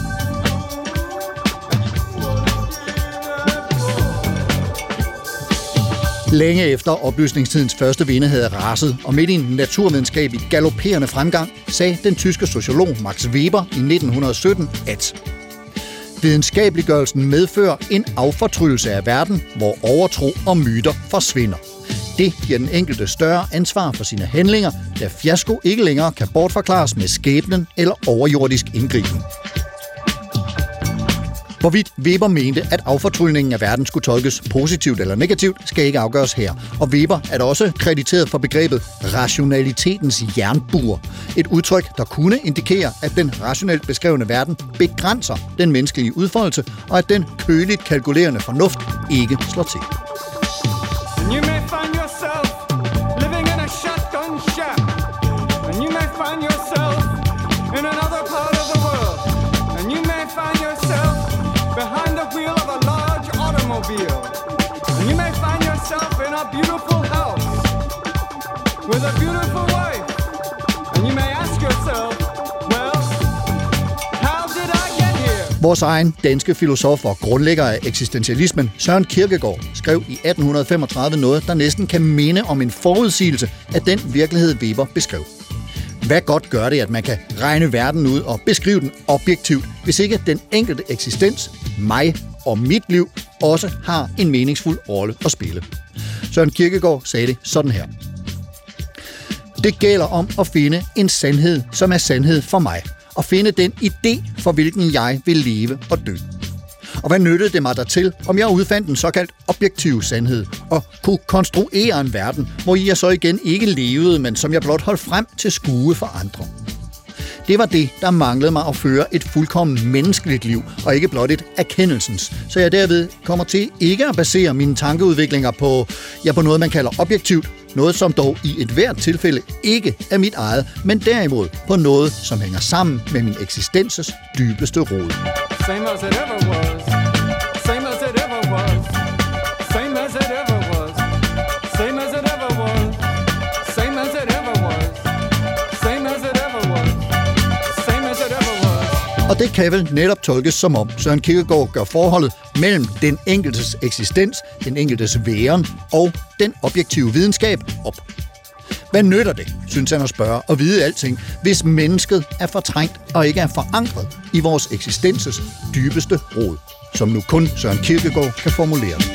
Længe efter oplysningstidens første vinde havde raset, og midt i en naturvidenskabelig galopperende fremgang, sagde den tyske sociolog Max Weber i nitten sytten, at videnskabeliggørelsen medfører en affortryllelse af verden, hvor overtro og myter forsvinder. Det giver den enkelte større ansvar for sine handlinger, da fiasko ikke længere kan bortforklares med skæbnen eller overjordisk indgriben. Hvorvidt Weber mente, at affortryllningen af verden skulle tolkes positivt eller negativt, skal ikke afgøres her. Og Weber er da også krediteret for begrebet rationalitetens jernbur. Et udtryk, der kunne indikere, at den rationelt beskrevne verden begrænser den menneskelige udfoldelse, og at den køligt kalkulerende fornuft ikke slår til. You may find yourself living in a shotgun shack, and you may find yourself in another part of the world, and you may find yourself behind the wheel of a large automobile, and you may find yourself in a beautiful house with a beautiful wife, and you may ask yourself, well, how did I get here? Vores egen danske filosof og grundlægger af eksistentialismen, Søren Kierkegaard, skrev i atten femogtredive noget, der næsten kan minde om en forudsigelse af den virkelighed, Weber beskrev. Hvad godt gør det, at man kan regne verden ud og beskrive den objektivt, hvis ikke den enkelte eksistens, mig og mit liv, også har en meningsfuld rolle at spille? Søren Kierkegaard sagde det sådan her. Det gælder om at finde en sandhed, som er sandhed for mig, og finde den idé, for hvilken jeg vil leve og dø. Og hvad nyttede det mig dertil, om jeg udfandt en såkaldt objektiv sandhed, og kunne konstruere en verden, hvor jeg så igen ikke levede, men som jeg blot holdt frem til skue for andre? Det var det, der manglede mig at føre et fuldkommen menneskeligt liv, og ikke blot et erkendelsens. Så jeg derved kommer til ikke at basere mine tankeudviklinger på, ja, på noget, man kalder objektivt, noget som dog i et hvert tilfælde ikke er mit eget, men derimod på noget, som hænger sammen med min eksistenses dybeste rod. Same as it ever was. Same as it ever was. Same as it ever was. Same as it ever was. Same as it ever was. Same as it ever was. Same as it ever was. Og det kan vel netop tolkes som om Søren Kierkegaard gør forholdet mellem den enkeltes eksistens, den enkeltes væren og den objektive videnskab op. Hvad nytter det, synes han at spørge, og vide alting, hvis mennesket er fortrængt og ikke er forankret i vores eksistenses dybeste rod, som nu kun Søren Kierkegaard kan formulere det.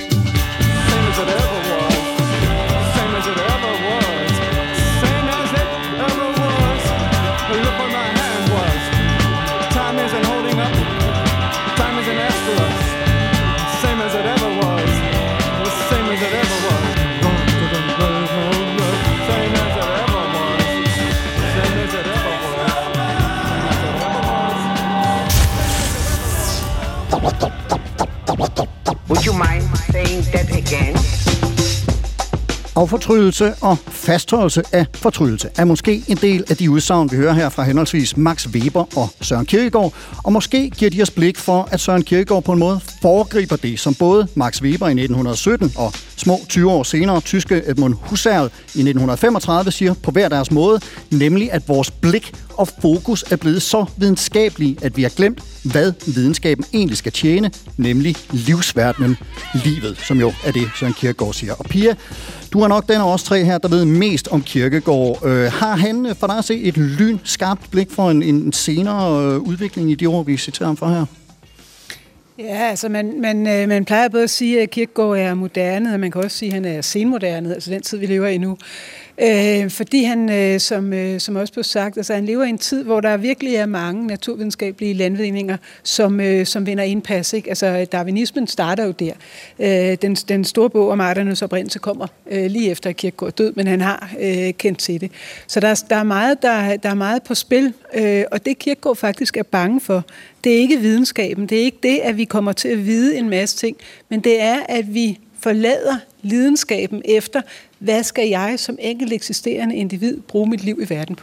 Would you mind saying that again? Affortryllelse og fastholdelse af fortryllelse er måske en del af de udsagn, vi hører her fra henholdsvis Max Weber og Søren Kierkegaard, og måske giver de os blik for, at Søren Kierkegaard på en måde foregriber det, som både Max Weber i nitten sytten og små tyve år senere tyske Edmund Husserl i nitten femogtredive siger på hver deres måde, nemlig at vores blik og fokus er blevet så videnskabelige, at vi har glemt, hvad videnskaben egentlig skal tjene, nemlig livsverdenen, livet, som jo er det, Søren Kierkegaard siger. Og Pia, du er nok den af os tre her, der ved mest om Kierkegaard. Øh, har han for dig at se et lynskarpt blik for en, en senere øh, udvikling i de ord, vi citerer ham for her? Ja, altså man, man, øh, man plejer både at sige, at Kierkegaard er moderne, og man kan også sige, at han er senmoderne, altså den tid, vi lever i nu. Øh, fordi han, øh, som, øh, som også blev sagt, altså han lever i en tid, hvor der virkelig er mange naturvidenskabelige landvindinger, som, øh, som vinder indpas. Ikke? Altså darwinismen starter jo der. Øh, den, den store bog om arternes oprindelse kommer øh, lige efter Kierkegaard død, men han har øh, kendt til det. Så der, der, er meget, der, der er meget på spil, øh, og det Kierkegaard faktisk er bange for, det er ikke videnskaben, det er ikke det, at vi kommer til at vide en masse ting, men det er, at vi forlader lidenskaben efter, hvad skal jeg som enkelt eksisterende individ bruge mit liv i verden på?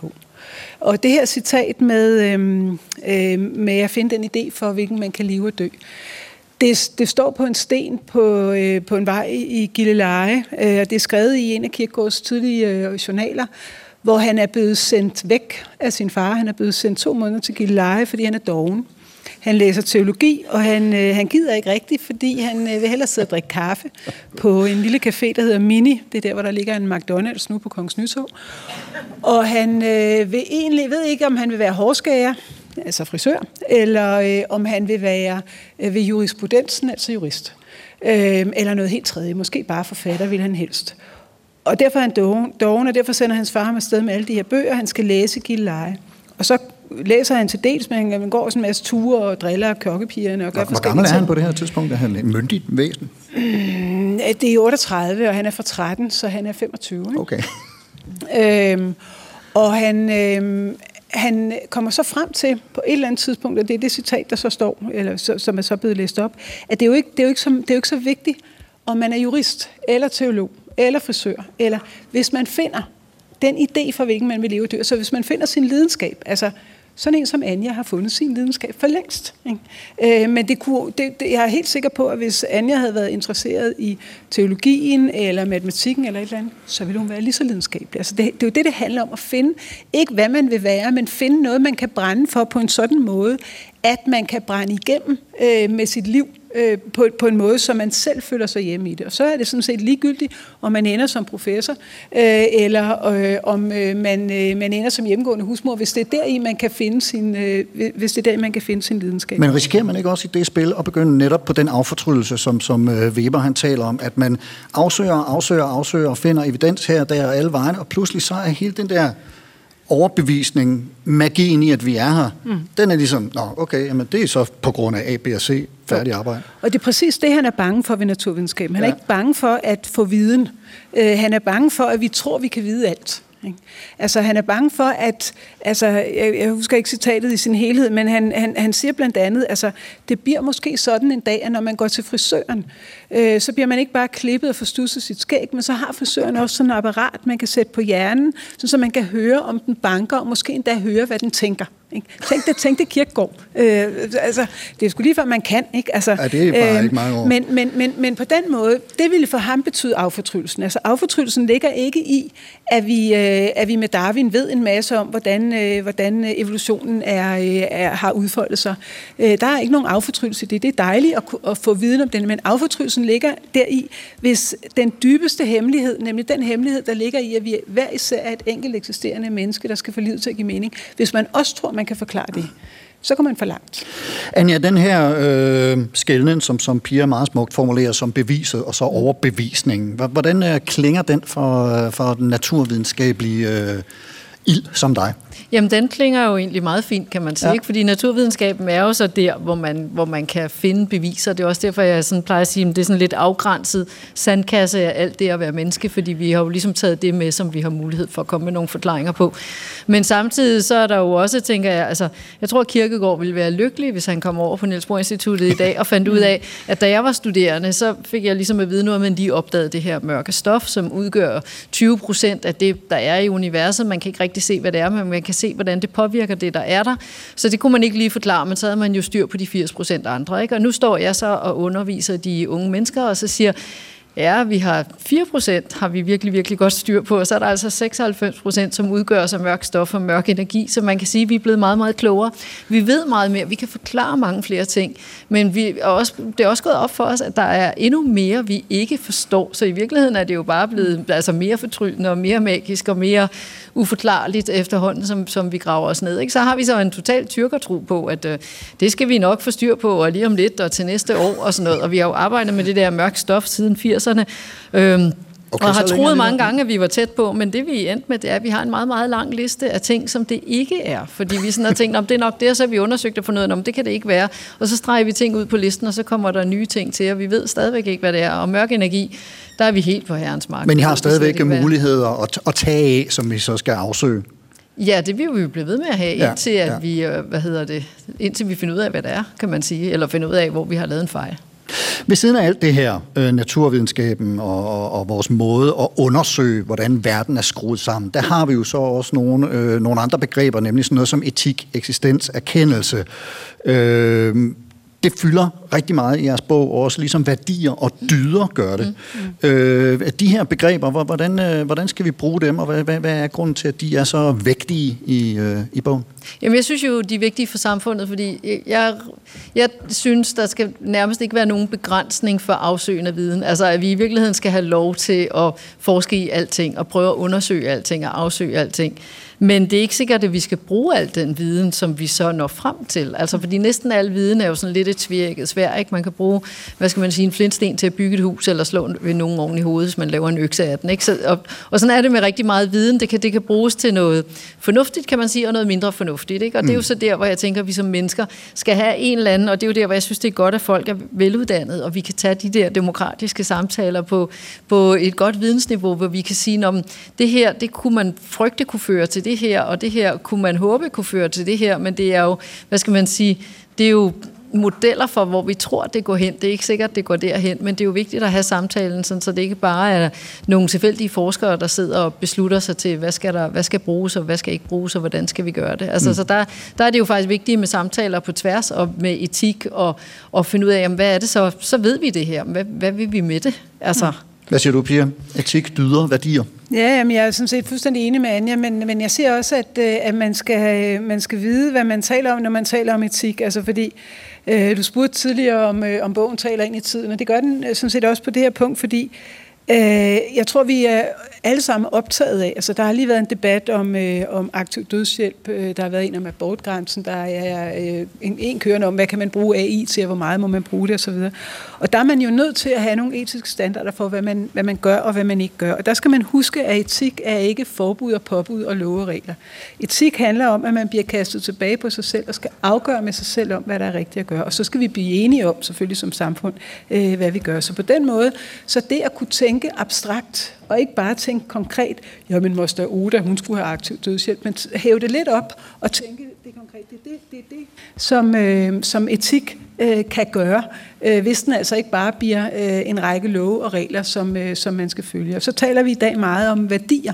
Og det her citat med, øh, øh, med at finde den idé for, hvilken man kan leve og dø, Det, det står på en sten på, øh, på en vej i Gilleleje. Øh, det er skrevet i en af Kierkegaards tidlige øh, journaler, hvor han er blevet sendt væk af sin far. Han er blevet sendt to måneder til Gilleleje, fordi han er doven. Han læser teologi, og han, øh, han gider ikke rigtigt, fordi han øh, vil hellere sidde og drikke kaffe på en lille café, der hedder Mini. Det er der, hvor der ligger en McDonald's nu på Kongens Nytorv. Og han øh, vil egentlig, ved ikke, om han vil være hårskærer, altså frisør, eller øh, om han vil være øh, ved jurisprudensen, altså jurist. Øh, eller noget helt tredje, måske bare forfatter, vil han helst. Og derfor er han doven, doven, og derfor sender hans far ham afsted med alle de her bøger, han skal læse i Gilleleje. Og så læser han til dels, men han går sådan en masse ture og driller og kokkepigerne og gør forskellige ting. Hvor gammel er han på det her tidspunkt? Er han en myndig væsen? Mm, det er otteogtredive, og han er fra tretten, så han er femogtyve. Ikke? Okay. Øhm, og han... Øhm, Han kommer så frem til på et eller andet tidspunkt, og det er det citat, der så står, eller så, som er så blevet læst op, at det er jo ikke, det er jo ikke, så, det er jo ikke så vigtigt, om man er jurist, eller teolog, eller frisør, eller hvis man finder den idé for, hvilken man vil leve og dø, så hvis man finder sin lidenskab, altså sådan en som Anja har fundet sin lidenskab for længst. Ikke? Øh, men det kunne, det, det, jeg er helt sikker på, at hvis Anja havde været interesseret i teologien eller matematikken eller et eller andet, så ville hun være lige så lidenskabelig. Altså det, det er jo det, det handler om at finde. Ikke hvad man vil være, men finde noget, man kan brænde for på en sådan måde, at man kan brænde igennem øh, med sit liv øh, på, på en måde, så man selv føler sig hjemme i det. Og så er det sådan set ligegyldigt, om man ender som professor, øh, eller øh, om øh, man, øh, man ender som hjemmegående husmor, hvis det er der i, man kan finde sin, øh, hvis det er der, man kan finde sin lidenskab. Men risikerer man ikke også i det spil at begynde netop på den affortrydelse, som, som øh, Weber han taler om, at man afsøger, afsøger, afsøger og finder evidens her, der og alle vejen, og pludselig så er hele den der overbevisning, magien i, at vi er her, mm. den er ligesom, nå, okay, jamen det er så på grund af A, B og C, færdig arbejde. Og det er præcis det, han er bange for ved naturvidenskaben. Han ja. er ikke bange for at få viden. Uh, han er bange for, at vi tror, vi kan vide alt. Ikke? Altså, han er bange for, at... Altså, jeg, jeg husker ikke citatet i sin helhed, men han, han, han siger blandt andet, altså, det bliver måske sådan en dag, at når man går til frisøren, øh, så bliver man ikke bare klippet og forstusset sit skæg, men så har frisøren også sådan et apparat, man kan sætte på hjernen, så man kan høre, om den banker, og måske endda høre, hvad den tænker. Ikke? Tænk det, tænk det Kierkegaard. Øh, altså, det er sgu lige før, man kan. Ikke? Altså, ja, det er bare øh, ikke mange år. Men, men, men, men på den måde, det ville for ham betyde affortrydelsen. Altså, affortrydelsen ligger ikke i, at vi, øh, at vi med Darwin ved en masse om, hvordan, øh, hvordan evolutionen er, øh, er, har udfoldet sig. Øh, der er ikke nogen affortrydelse i det. Det er dejligt at, at få viden om den, men affortrydelsen ligger deri, hvis den dybeste hemmelighed, nemlig den hemmelighed, der ligger i, at vi hver især er et enkelt eksisterende menneske, der skal få livet til at give mening. Hvis man også tror, man kan forklare det, så kommer man for langt. Anja, den her øh, skelnen, som, som Pia meget smukt formulerer som beviset, og så overbevisningen, hvordan øh, klinger den for, for den naturvidenskabelige øh, ild som dig? Jamen, den klinger jo egentlig meget fint, kan man sige, ja. Ikke? Fordi naturvidenskaben er jo så der, hvor man, hvor man kan finde beviser. Det er også derfor, jeg sådan plejer at sige, at det er sådan lidt afgrænset sandkasse af alt det at være menneske, fordi vi har jo ligesom taget det med, som vi har mulighed for at komme med nogle forklaringer på. Men samtidig så er der jo også, tænker jeg, altså, jeg tror, at Kierkegaard ville være lykkelig, hvis han kom over på Niels Bohr Instituttet i dag og fandt ud af, at da jeg var studerende, så fik jeg ligesom at vide noget, men de opdagede det her mørke stof, som udgør tyve procent af det, der er i universet. Man kan ikke rigtig se, hvad det er, men man kan se, hvordan det påvirker det, der er der. Så det kunne man ikke lige forklare, men så havde man jo styr på de firs procent andre. Ikke? Og nu står jeg så og underviser de unge mennesker, og så siger, ja, vi har fire procent, har vi virkelig, virkelig godt styr på, og så er der altså seksoghalvfems procent, som udgør sig mørk stof og mørk energi, så man kan sige, at vi er blevet meget, meget klogere. Vi ved meget mere, vi kan forklare mange flere ting, men vi er også, det er også gået op for os, at der er endnu mere, vi ikke forstår, så i virkeligheden er det jo bare blevet altså mere fortryllende og mere magisk og mere uforklarligt efterhånden, som, som vi graver os ned. Ikke? Så har vi så en total tyrkertro på, at øh, det skal vi nok få styr på, og lige om lidt og til næste år og sådan noget, og vi har jo arbejdet med det der mørk stof siden firserne, øhm, okay, og har troet mange gange, at vi var tæt på, men det vi endte med, det er, at vi har en meget, meget lang liste af ting, som det ikke er. Fordi vi sådan har tænkt, om det er nok det, og så har vi undersøgt og fundet ud af, om det kan det ikke være. Og så streger vi ting ud på listen, og så kommer der nye ting til, og vi ved stadigvæk ikke, hvad det er. Og mørk energi, der er vi helt på herrens mark. Men I har stadigvæk muligheder at, at tage af, som vi så skal afsøge. Ja, det vil vi jo blive ved med at have, ja, indtil, at ja. vi, hvad hedder det, indtil vi finder ud af, hvad det er, kan man sige, eller finder ud af, hvor vi har lavet en fejl. Ved siden af alt det her, øh, naturvidenskaben og, og, og vores måde at undersøge, hvordan verden er skruet sammen, der har vi jo så også nogle, øh, nogle andre begreber, nemlig sådan noget som etik, eksistens, erkendelse. Øh, det fylder rigtig meget i jeres bog, og også ligesom værdier og dyder gør det. Mm, mm. Øh, de her begreber, hvordan, øh, hvordan skal vi bruge dem, og hvad, hvad, hvad er grunden til, at de er så vægtige i, øh, i bogen? Jamen, jeg synes jo, de er vigtige for samfundet, fordi jeg, jeg synes, der skal nærmest ikke være nogen begrænsning for afsøgende viden. Altså, at vi i virkeligheden skal have lov til at forske i alting, og prøve at undersøge alting og afsøge alting. Men det er ikke sikkert, at vi skal bruge al den viden, som vi så når frem til. Altså, fordi næsten al viden er jo sådan lidt et tvirket svær, ikke? Man kan bruge, hvad skal man sige, en flintsten til at bygge et hus, eller slå ved nogen oven i hovedet, hvis man laver en økse af den, ikke? Så, og, og sådan er det med rigtig meget viden. Det kan, det kan bruges til noget fornuftigt, kan man sige, og noget mindre fornuftigt, ikke? Og det er jo så der, hvor jeg tænker, at vi som mennesker skal have en eller anden, og det er jo der, hvor jeg synes, det er godt, at folk er veluddannede, og vi kan tage de der demokratiske samtaler på, på et godt vidensniveau, hvor vi kan sige, om det her, det kunne man frygte kunne føre til det her, og det her kunne man håbe kunne føre til det her, men det er jo, hvad skal man sige, det er jo modeller for, hvor vi tror, det går hen. Det er ikke sikkert, det går derhen, men det er jo vigtigt at have samtalen, sådan, så det ikke bare er nogle tilfældige forskere, der sidder og beslutter sig til, hvad skal der, hvad skal bruges, og hvad skal ikke bruges, og hvordan skal vi gøre det. Altså, mm. så der, der er det jo faktisk vigtigt med samtaler på tværs, og med etik, og, og finde ud af, jamen, hvad er det så, så ved vi det her. Hvad, hvad vil vi med det? Altså... Mm. Hvad siger du, Pia? Etik, dyder, værdier? Ja, jamen, jeg er sådan set fuldstændig enig med Anja, men, men jeg siger også, at, at man, skal, man skal vide, hvad man taler om, når man taler om etik. Altså fordi, øh, du spurgte tidligere, om, øh, om bogen taler ind i tiden, og det gør den sådan set også på det her punkt, fordi øh, jeg tror, vi er alle sammen optaget af. Altså, der har lige været en debat om, øh, om aktiv dødshjælp. Der har været en om abortgrænsen. Der er øh, en, en kørende om, hvad kan man bruge A I til, og hvor meget må man bruge det, osv. Og der er man jo nødt til at have nogle etiske standarder for, hvad man, hvad man gør, og hvad man ikke gør. Og der skal man huske, at etik er ikke forbud og påbud og love og regler. Etik handler om, at man bliver kastet tilbage på sig selv, og skal afgøre med sig selv om, hvad der er rigtigt at gøre. Og så skal vi blive enige om, selvfølgelig som samfund, øh, hvad vi gør. Så på den måde, så det at kunne tænke abstrakt, og ikke bare tænke konkret, jamen moster Oda, hun skulle have aktiv dødshjælp, men hæve det lidt op og tænke, det er konkret, det er det, det, er det som, øh, som etik øh, kan gøre, øh, hvis den altså ikke bare bliver øh, en række love og regler, som, øh, som man skal følge. Og så taler vi i dag meget om værdier.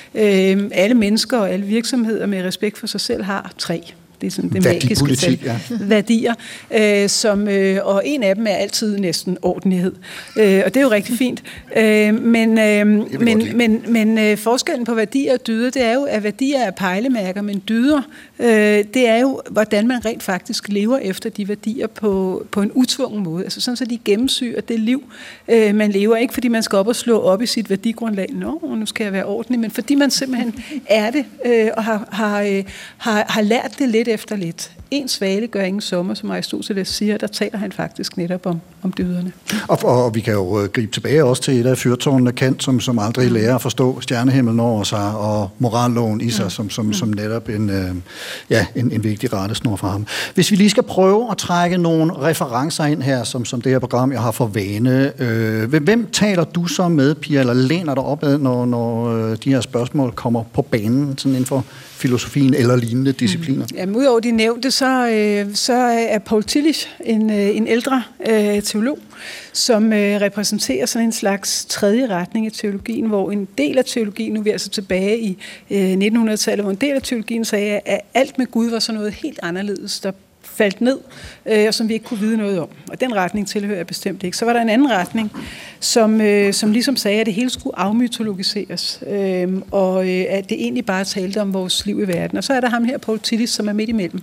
Øh, alle mennesker og alle virksomheder med respekt for sig selv har tre. Det er sådan det magiske tal. Ja. Værdier, øh, som, øh, og en af dem er altid næsten ordentlighed. Øh, og det er jo rigtig fint. Øh, men øh, men, men, men øh, forskellen på værdier og dyder, det er jo, at værdier er pejlemærker, men dyder, øh, det er jo, hvordan man rent faktisk lever efter de værdier på, på en utvungen måde. Altså sådan, så de gennemsyrer det liv, øh, man lever. Ikke fordi man skal op og slå op i sit værdigrundlag. Nå, nu skal jeg være ordentlig, men fordi man simpelthen er det, øh, og har, har, øh, har, har lært det lidt efter lidt. En svale gør ingen sommer, som Aristoteles siger, der taler han faktisk netop om, om dyderne. Og, og vi kan jo gribe tilbage også til et af fyrtårnene Kant, som, som aldrig lærer at forstå stjernehimlen over sig, og moralloven i sig, som, som, som netop en, øh, ja, en, en vigtig rettesnor for ham. Hvis vi lige skal prøve at trække nogle referencer ind her, som, som det her program, jeg har for vane. Øh, hvem taler du så med, Pia, eller læner dig opad, når, når de her spørgsmål kommer på banen, sådan inden for filosofien eller lignende discipliner? Mm. Jamen, udover de nævnte, så, øh, så er Paul Tillich en, øh, en ældre øh, teolog, som øh, repræsenterer sådan en slags tredje retning i teologien, hvor en del af teologien, nu er vi altså tilbage i øh, nitten hundrede-tallet, hvor en del af teologien sagde, at alt med Gud var sådan noget helt anderledes, der faldt ned, øh, og som vi ikke kunne vide noget om. Og den retning tilhører jeg bestemt ikke. Så var der en anden retning, som, øh, som ligesom sagde, at det hele skulle afmytologiseres, øh, og øh, at det egentlig bare talte om vores liv i verden. Og så er der ham her, Paul Tillich, som er midt imellem.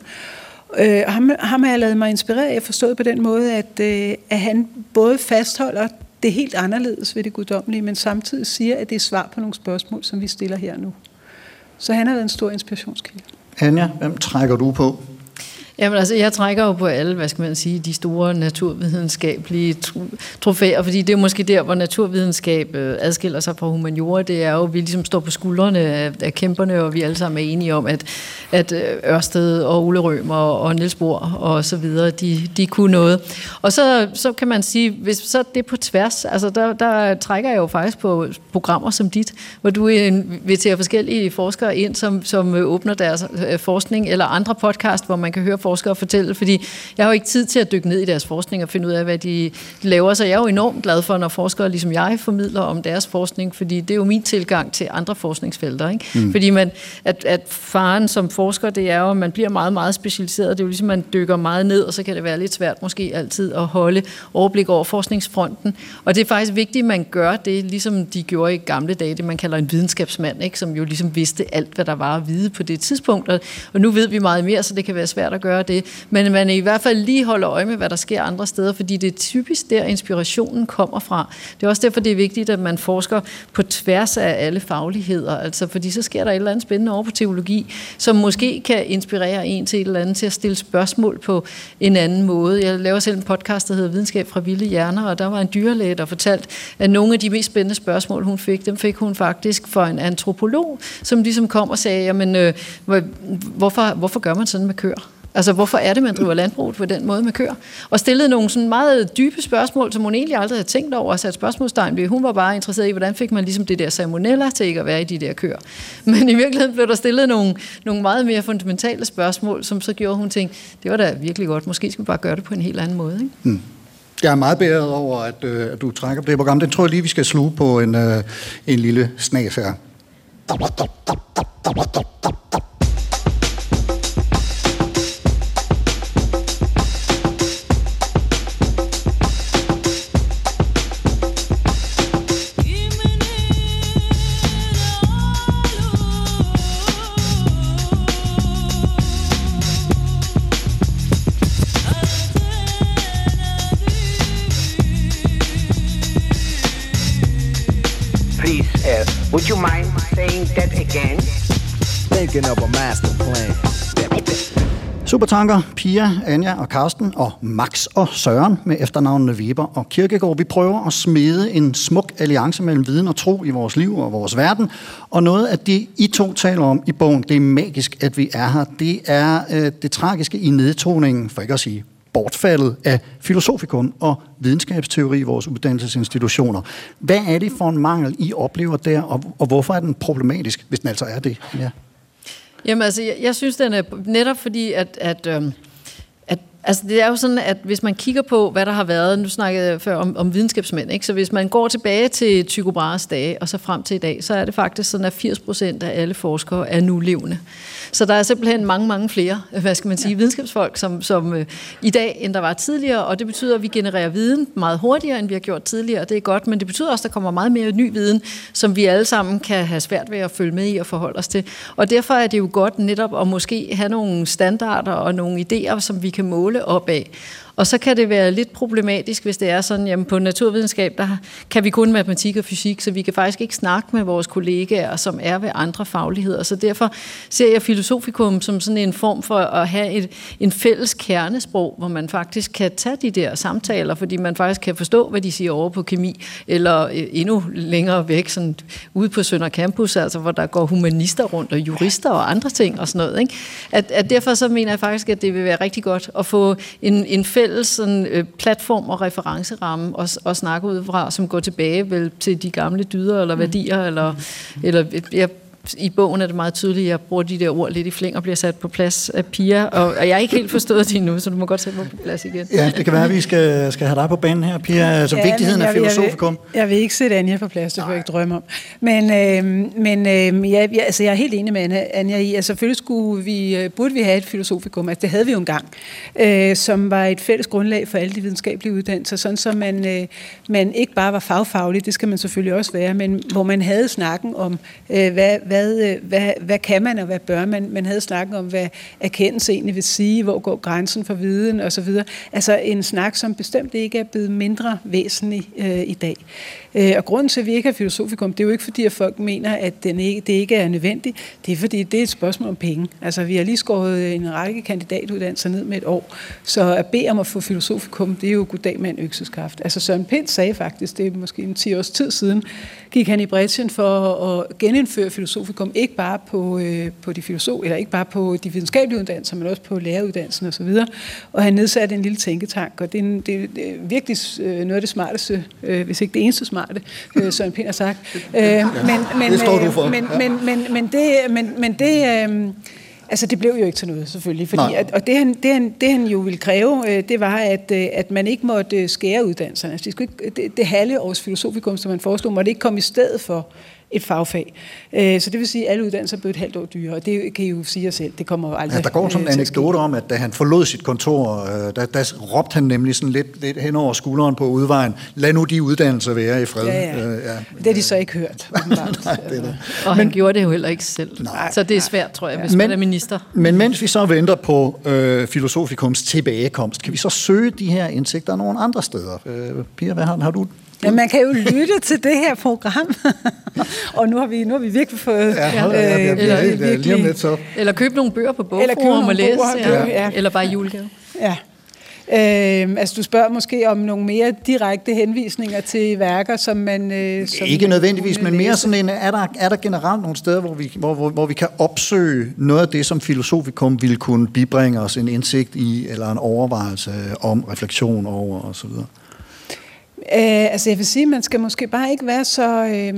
Øh, og ham, ham har jeg ladet mig inspirere af, forstået på den måde, at, øh, at han både fastholder det helt anderledes ved det guddommelige, men samtidig siger, at det er svar på nogle spørgsmål, som vi stiller her nu. Så han har været en stor inspirationskilde. Anja, hvem trækker du på? Jamen altså, jeg trækker jo på alle, hvad skal man sige, de store naturvidenskabelige trofæer, fordi det er måske der, hvor naturvidenskab adskiller sig fra humaniora. Det er jo, at vi ligesom står på skuldrene af, af kæmperne, og vi alle sammen er enige om, at, at Ørsted og Ole Rømer og Niels Bohr og så videre, de, de kunne noget. Og så, så kan man sige, hvis så det er på tværs, altså der, der trækker jeg jo faktisk på programmer som dit, hvor du inviterer forskellige forskere ind, som, som åbner deres forskning, eller andre podcast, hvor man kan høre forskere fortælle, fordi jeg har jo ikke tid til at dykke ned i deres forskning og finde ud af, hvad de laver, så jeg er jo enormt glad for, når forskere ligesom jeg formidler om deres forskning, fordi det er jo min tilgang til andre forskningsfelter, ikke? Mm. Fordi man, at, at faren som forsker, det er jo, at man bliver meget, meget specialiseret, det er jo ligesom, man dykker meget ned, og så kan det være lidt svært måske altid at holde overblik over forskningsfronten, og det er faktisk vigtigt, at man gør det, ligesom de gjorde i gamle dage, det man kalder en videnskabsmand, ikke? Som jo ligesom vidste alt, hvad der var at vide på det tidspunkt, og, og nu ved vi meget mere, så det kan være svært at gøre det, men man i hvert fald lige holder øje med, hvad der sker andre steder, fordi det er typisk der, inspirationen kommer fra. Det er også derfor, det er vigtigt, at man forsker på tværs af alle fagligheder, altså fordi så sker der et eller andet spændende over på teologi, som måske kan inspirere en til et eller andet til at stille spørgsmål på en anden måde. Jeg laver selv en podcast, der hedder Videnskab fra vilde hjerner, og der var en dyrlæge, der fortalte, at nogle af de mest spændende spørgsmål, hun fik, dem fik hun faktisk for en antropolog, som ligesom kom og sagde, jamen, øh, hvorfor, hvorfor gør man sådan med køer? Altså, hvorfor er det, man driver landbruget på den måde med køer? Og stillede nogle sådan meget dybe spørgsmål, som hun egentlig aldrig havde tænkt over og sat spørgsmålstegn ved. Hun var bare interesseret i, hvordan fik man ligesom det der salmonella til ikke at være i de der køer. Men i virkeligheden blev der stillet nogle, nogle meget mere fundamentale spørgsmål, som så gjorde hun tænkte, det var da virkelig godt. Måske skal vi bare gøre det på en helt anden måde, ikke? Mm. Jeg er meget beæret over, at, øh, at du trækker på det program. Den tror jeg lige, vi skal sluge på en, øh, en lille snas her. Would you mind saying that again? Thinking of a master plan. Supertanker, Pia, Anja og Karsten og Max og Søren med efternavnene Weber og Kierkegaard. Vi prøver at smede en smuk alliance mellem viden og tro i vores liv og vores verden. Og noget af det, I to taler om i bogen, det er magisk, at vi er her. Det er øh, det tragiske i nedtoningen, for ikke at sige bortfaldet af filosofikum og videnskabsteori i vores uddannelsesinstitutioner. Hvad er det for en mangel, I oplever der, og, og hvorfor er den problematisk, hvis den altså er det? Ja. Jamen altså, jeg, jeg synes, den er netop fordi, at, at, øhm, at altså, det er jo sådan, at hvis man kigger på, hvad der har været, nu snakkede jeg før om, om videnskabsmænd, ikke? Så hvis man går tilbage til Tycho Brahes dage, og så frem til i dag, så er det faktisk sådan, at firs procent af alle forskere er nulevende. Så der er simpelthen mange, mange flere, hvad skal man sige, videnskabsfolk, som, som øh, i dag, end der var tidligere, og det betyder, at vi genererer viden meget hurtigere, end vi har gjort tidligere, og det er godt, men det betyder også, at der kommer meget mere ny viden, som vi alle sammen kan have svært ved at følge med i og forholde os til. Og derfor er det jo godt netop at måske have nogle standarder og nogle idéer, som vi kan måle op af. Og så kan det være lidt problematisk, hvis det er sådan, jamen på naturvidenskab, der kan vi kun matematik og fysik, så vi kan faktisk ikke snakke med vores kollegaer, som er ved andre fagligheder. Så derfor ser jeg filosofikum som sådan en form for at have et, en fælles kernesprog, hvor man faktisk kan tage de der samtaler, fordi man faktisk kan forstå, hvad de siger over på kemi, eller endnu længere væk, sådan ude på Sønder Campus, altså hvor der går humanister rundt, og jurister og andre ting og sådan noget, ikke? At, at derfor så mener jeg faktisk, at det vil være rigtig godt at få en, en fælles sådan, øh, platform og referenceramme og, og snakke ud fra, som går tilbage vel til de gamle dyder eller værdier, eller, eller jeg, i bogen er det meget tydeligt, at jeg bruger de der ord lidt i flæng og bliver sat på plads af Pia, og, og jeg er ikke helt forstået det endnu, så du må godt sætte mig på plads igen. Ja, det kan være, at vi skal, skal have dig på banen her, Pia, altså ja, vigtigheden af filosofikum. Jeg vil, jeg vil ikke sætte Anja på plads, det får jeg ikke drømme om. Men, øh, men øh, jeg, jeg, altså, jeg er helt enig med Anja, Anja i, altså selvfølgelig skulle vi, burde vi have et filosofikum, altså det havde vi jo engang, øh, som var et fælles grundlag for alle de videnskabelige uddannelser, sådan så man, øh, man ikke bare var fagfaglig, det skal man selvfølgelig også være, men hvor man havde snakken om, øh, hvad, hvad, hvad, hvad kan man og hvad bør man, man havde snakken om, hvad erkendelse egentlig vil sige, hvor går grænsen for viden osv. Altså en snak, som bestemt ikke er blevet mindre væsentlig øh, i dag. Øh, og grunden til, at vi ikke har filosofikum, det er jo ikke fordi, at folk mener, at den ikke, det ikke er nødvendigt. Det er fordi, det er et spørgsmål om penge. Altså vi har lige skåret en række kandidatuddannelser ned med et år, så at bede om at få filosofikum, det er jo goddag med en økseskaft. Altså Søren Pind sagde faktisk, det er måske en ti års tid siden, gik han i brætchen for at genindføre filosofikum, ikke bare på, øh, på de filosof, eller ikke bare på de videnskabelige uddannelser, men også på læreruddannelsen og så videre. Og han nedsatte en lille tænketank, og det er, en, det er, det er virkelig noget af det smarteste, øh, hvis ikke det eneste smarte, øh, Søren Pind har sagt. Øh, men, men, det står du for. Men, men, men, men det, men, men det øh, Altså, det blev jo ikke til noget, selvfølgelig. Fordi at, og det han, det, han, det, han jo ville kræve, det var, at, at man ikke måtte skære uddannelserne. Altså, det, skulle ikke, det, det halve års filosofikum, som man foreslog, måtte ikke komme i stedet for et fagfag. Så det vil sige, at alle uddannelser blev et halvt år dyrere, og det kan I jo sige jer selv. Det kommer jo aldrig. Ja, der går sådan en anekdote om, at da han forlod sit kontor, der, der råbte han nemlig sådan lidt, lidt hen over skulderen på udvejen, lad nu de uddannelser være i fred. Ja, ja. Ja. Det har de så ikke hørt. Nej, det er det. Og han men, gjorde det jo heller ikke selv. Nej, så det er svært, tror jeg, hvis men, man er minister. Men mens vi så venter på øh, filosofikums tilbagekomst, kan vi så søge de her indsigter nogle andre steder? Øh, Pia, hvad har, har du? Ja, man kan jo lytte til det her program, og nu har vi nu har vi virkelig fået ja, hold, ja, ja, ja, eller, ja, virkelig, lige om lidt så. Eller købe nogle bøger på bogforum og læse, ja. Ja. Eller bare julegave. Ja. Øh, altså du spørger måske om nogle mere direkte henvisninger til værker, som man øh, som ikke nødvendigvis, men mere sådan en, er der, er der generelt nogle steder, hvor vi, hvor, hvor, hvor vi kan opsøge noget af det, som filosofikum ville kunne bibringe os en indsigt i, eller en overvejelse om, refleksion over osv.? Uh, altså jeg vil sige, man skal måske bare ikke være så... Uh,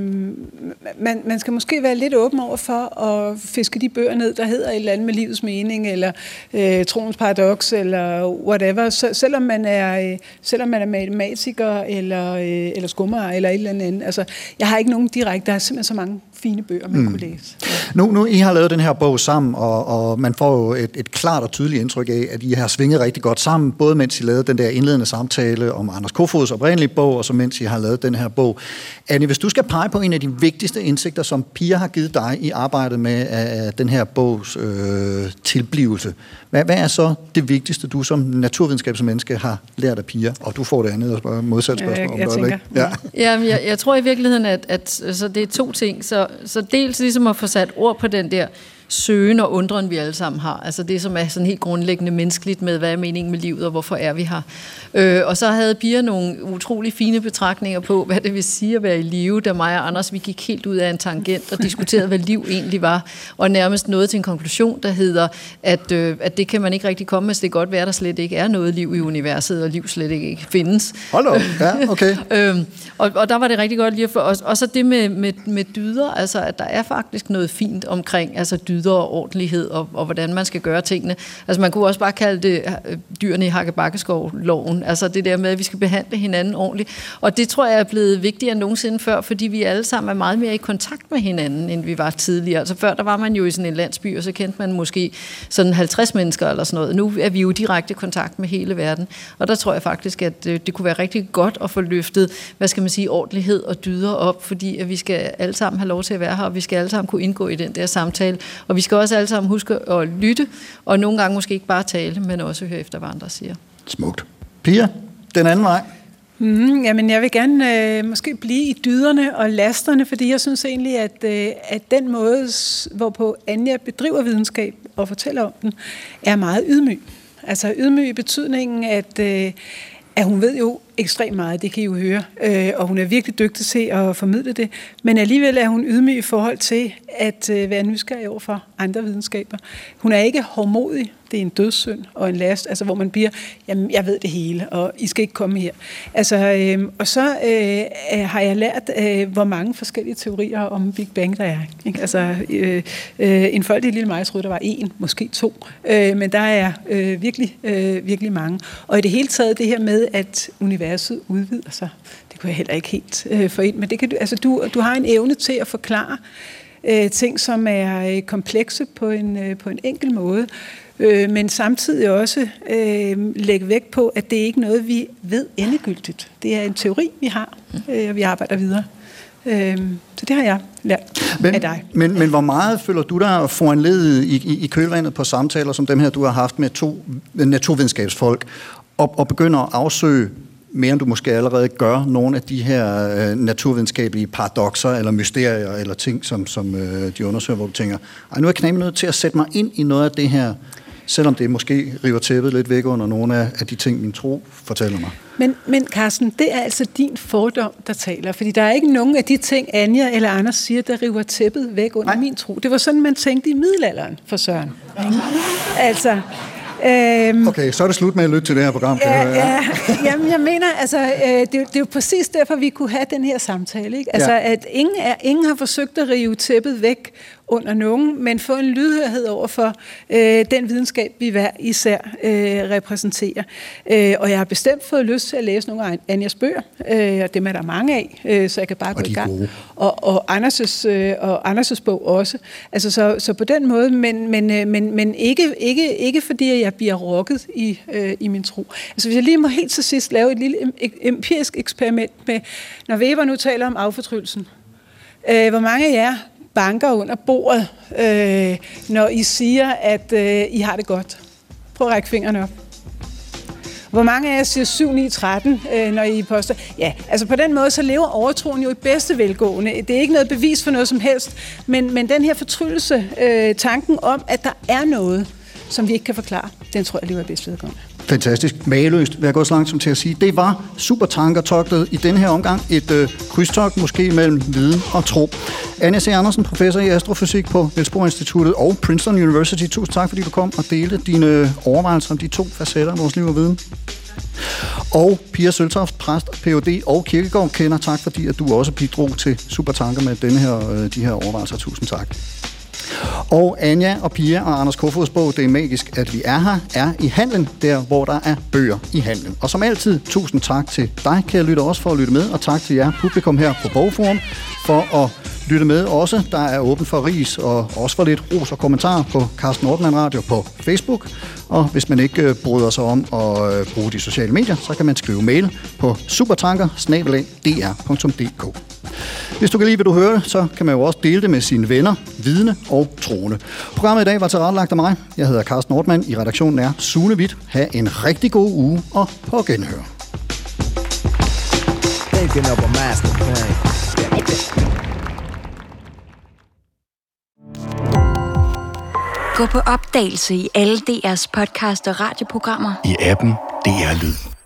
man, man skal måske være lidt åben over for at fiske de bøger ned, der hedder et eller andet med livets mening, eller uh, troens paradoks, eller whatever. Så, selvom, man er, uh, selvom man er matematiker, eller, uh, eller skummer, eller et eller andet. Altså, jeg har ikke nogen direkte... Der er simpelthen så mange fine bøger, man mm. kunne læse. Ja. Nu, nu I har lavet den her bog sammen, og, og man får jo et, et klart og tydeligt indtryk af, at I har svinget rigtig godt sammen, både mens I lavede den der indledende samtale om Anders Kofods oprindelige bog, og så mens I har lavet den her bog. Annie, hvis du skal pege på en af de vigtigste indsigter, som Pia har givet dig i arbejdet med af den her bogs øh, tilblivelse, hvad, hvad er så det vigtigste, du som naturvidenskabsmenneske har lært af Pia? Og du får det andet og modsat spørgsmål. Jeg, jeg, jeg ja. Jamen, jeg, jeg tror i virkeligheden, at, at så det er to ting. Så, så dels ligesom at få sat ord på den der søgen og undren, vi alle sammen har. Altså det, som er sådan helt grundlæggende menneskeligt med, hvad er meningen med livet, og hvorfor er vi her. Øh, og så havde Pia nogle utrolig fine betragtninger på, hvad det vil sige at være i live, da mig og Anders, vi gik helt ud af en tangent og diskuterede, hvad liv egentlig var, og nærmest nåede til en konklusion, der hedder, at, øh, at det kan man ikke rigtig komme med, så det kan godt være, at der slet ikke er noget liv i universet, og liv slet ikke findes. Hold op, ja, okay. øh, og, og der var det rigtig godt lige at få, og, og så det med, med, med dyder, altså at der er faktisk noget fint omkring, altså dyder og ordentlighed, og, og hvordan man skal gøre tingene. Altså man kunne også bare kalde det øh, dyrene i Hakke-Bakkeskov-loven, altså det der med, at vi skal behandle hinanden ordentligt. Og det tror jeg er blevet vigtigere end nogensinde før, fordi vi alle sammen er meget mere i kontakt med hinanden, end vi var tidligere. Altså før, der var man jo i sådan en landsby, og så kendte man måske sådan halvtreds mennesker eller sådan noget. Nu er vi jo i direkte kontakt med hele verden, og der tror jeg faktisk, at øh, det kunne være rigtig godt at få løftet, hvad skal man sige, ordentlighed og dyder op, fordi at vi skal alle sammen have lov til at være her, og vi skal alle sammen kunne indgå i den der samtale, og vi skal også alle sammen huske at lytte, og nogle gange måske ikke bare tale, men også høre efter, hvad andre siger. Smukt. Pia, den anden vej. Mm, jamen, jeg vil gerne øh, måske blive i dyderne og lasterne, fordi jeg synes egentlig, at, øh, at den måde, hvorpå Anja bedriver videnskab og fortæller om den, er meget ydmyg. Altså ydmyg i betydningen, at, øh, at hun ved jo ekstremt meget, det kan I jo høre, øh, og hun er virkelig dygtig til at formidle det, men alligevel er hun ydmyg i forhold til at øh, være nysgerrig over for andre videnskaber. Hun er ikke hårdmodig, det er en dødssynd og en last, altså hvor man bliver, jamen jeg ved det hele, og I skal ikke komme her. Altså, øh, og så øh, har jeg lært, øh, hvor mange forskellige teorier om Big Bang der er. Ikke? Altså, øh, øh, en foldig lille mig, jeg troede, der var en, måske to, øh, men der er øh, virkelig, øh, virkelig mange. Og i det hele taget det her med, at universet udvider sig, det kunne jeg heller ikke helt øh, få ind, men det kan du, altså du, du har en evne til at forklare øh, ting, som er øh, komplekse på en, øh, på en enkel måde, øh, men samtidig også øh, lægge vægt på, at det ikke er noget, vi ved endegyldigt. Det er en teori, vi har, øh, og vi arbejder videre. Øh, så det har jeg lært men, af dig. Men, men hvor meget føler du dig foranlediget i, i, i kølvandet på samtaler som dem her, du har haft med to naturvidenskabsfolk, og, og begynder at afsøge mere end du måske allerede gør, nogle af de her øh, naturvidenskabelige paradokser eller mysterier eller ting, som, som øh, de undersøger, hvor du tænker, ej, nu er jeg knæmt nødt til at sætte mig ind i noget af det her, selvom det måske river tæppet lidt væk under nogle af, af de ting, min tro fortæller mig. Men, men Carsten, det er altså din fordom, der taler, fordi der er ikke nogen af de ting, Anja eller Anders siger, der river tæppet væk under Nej. min tro. Det var sådan, man tænkte i middelalderen for Søren. Altså... Øhm, okay, så er det slut med at lytte til det her program. Ja, ja. Jamen, jeg mener, altså, øh, det, det er jo præcis derfor, vi kunne have den her samtale. Ikke? Altså, ja. at ingen, er, ingen har forsøgt at rive tæppet væk under nogen, men få en lydhørhed over for øh, den videnskab, vi hver især øh, repræsenterer. Øh, og jeg har bestemt fået lyst til at læse nogle af Anjas bøger, øh, og dem er der mange af, øh, så jeg kan bare gå i gang. Og, og, Anders' øh, og Anders' bog også. Altså, så, så på den måde, men, men, øh, men, men ikke, ikke, ikke fordi jeg bliver rokket i, øh, i min tro. Altså hvis jeg lige må helt til sidst lave et lille empirisk eksperiment med, når Weber nu taler om affortryllelsen. Øh, hvor mange af jer banker under bordet, øh, når I siger, at øh, I har det godt? Prøv at række fingrene op. Hvor mange af jer siger syv ni tretten, øh, når I poster? Ja, altså på den måde, så lever overtroen jo i bedste velgående. Det er ikke noget bevis for noget som helst, men, men den her fortryllelse, øh, tanken om, at der er noget, som vi ikke kan forklare, den tror jeg lever i bedste velgående. Fantastisk. Mageløst, vil jeg gå så langt som til at sige. Det var Supertanker-togtet i denne her omgang. Et øh, krydstogt måske mellem viden og tro. Anja C. Andersen, professor i astrofysik på Niels Bohr Instituttet og Princeton University. Tusind tak, fordi du kom og delte dine overvejelser om de to facetter af vores liv og viden. Og Pia Søltoft, præst, P H D og kirkegårdkender. Tak, fordi at du også bidrog til Supertanker med denne her, øh, de her overvejelser. Tusind tak. Og Anja og Pia og Anders Kofods bog Det er magisk, at vi er her, er i handlen, der hvor der er bøger i handlen. Og som altid, tusind tak til dig, kære lytter, også for at lytte med, og tak til jer publikum her på Bogforum for at lytte med også. Der er åben for ris og også for lidt ros og kommentarer på Carsten Ortmann Radio på Facebook. Og hvis man ikke bryder sig om at bruge de sociale medier, så kan man skrive mail på supertanker snabel-a d r punktum d k. Hvis du kan lide, hvad du hører, så kan man jo også dele det med sine venner, vidne og troende. Programmet i dag var tilrettelagt af mig. Jeg hedder Carsten Ortmann. I redaktionen er Sune Hvidt. Ha' en rigtig god uge og på genhør. Thinking of a master plan. Gå på opdagelse i alle D R's podcast og radioprogrammer. I appen D R Lyd.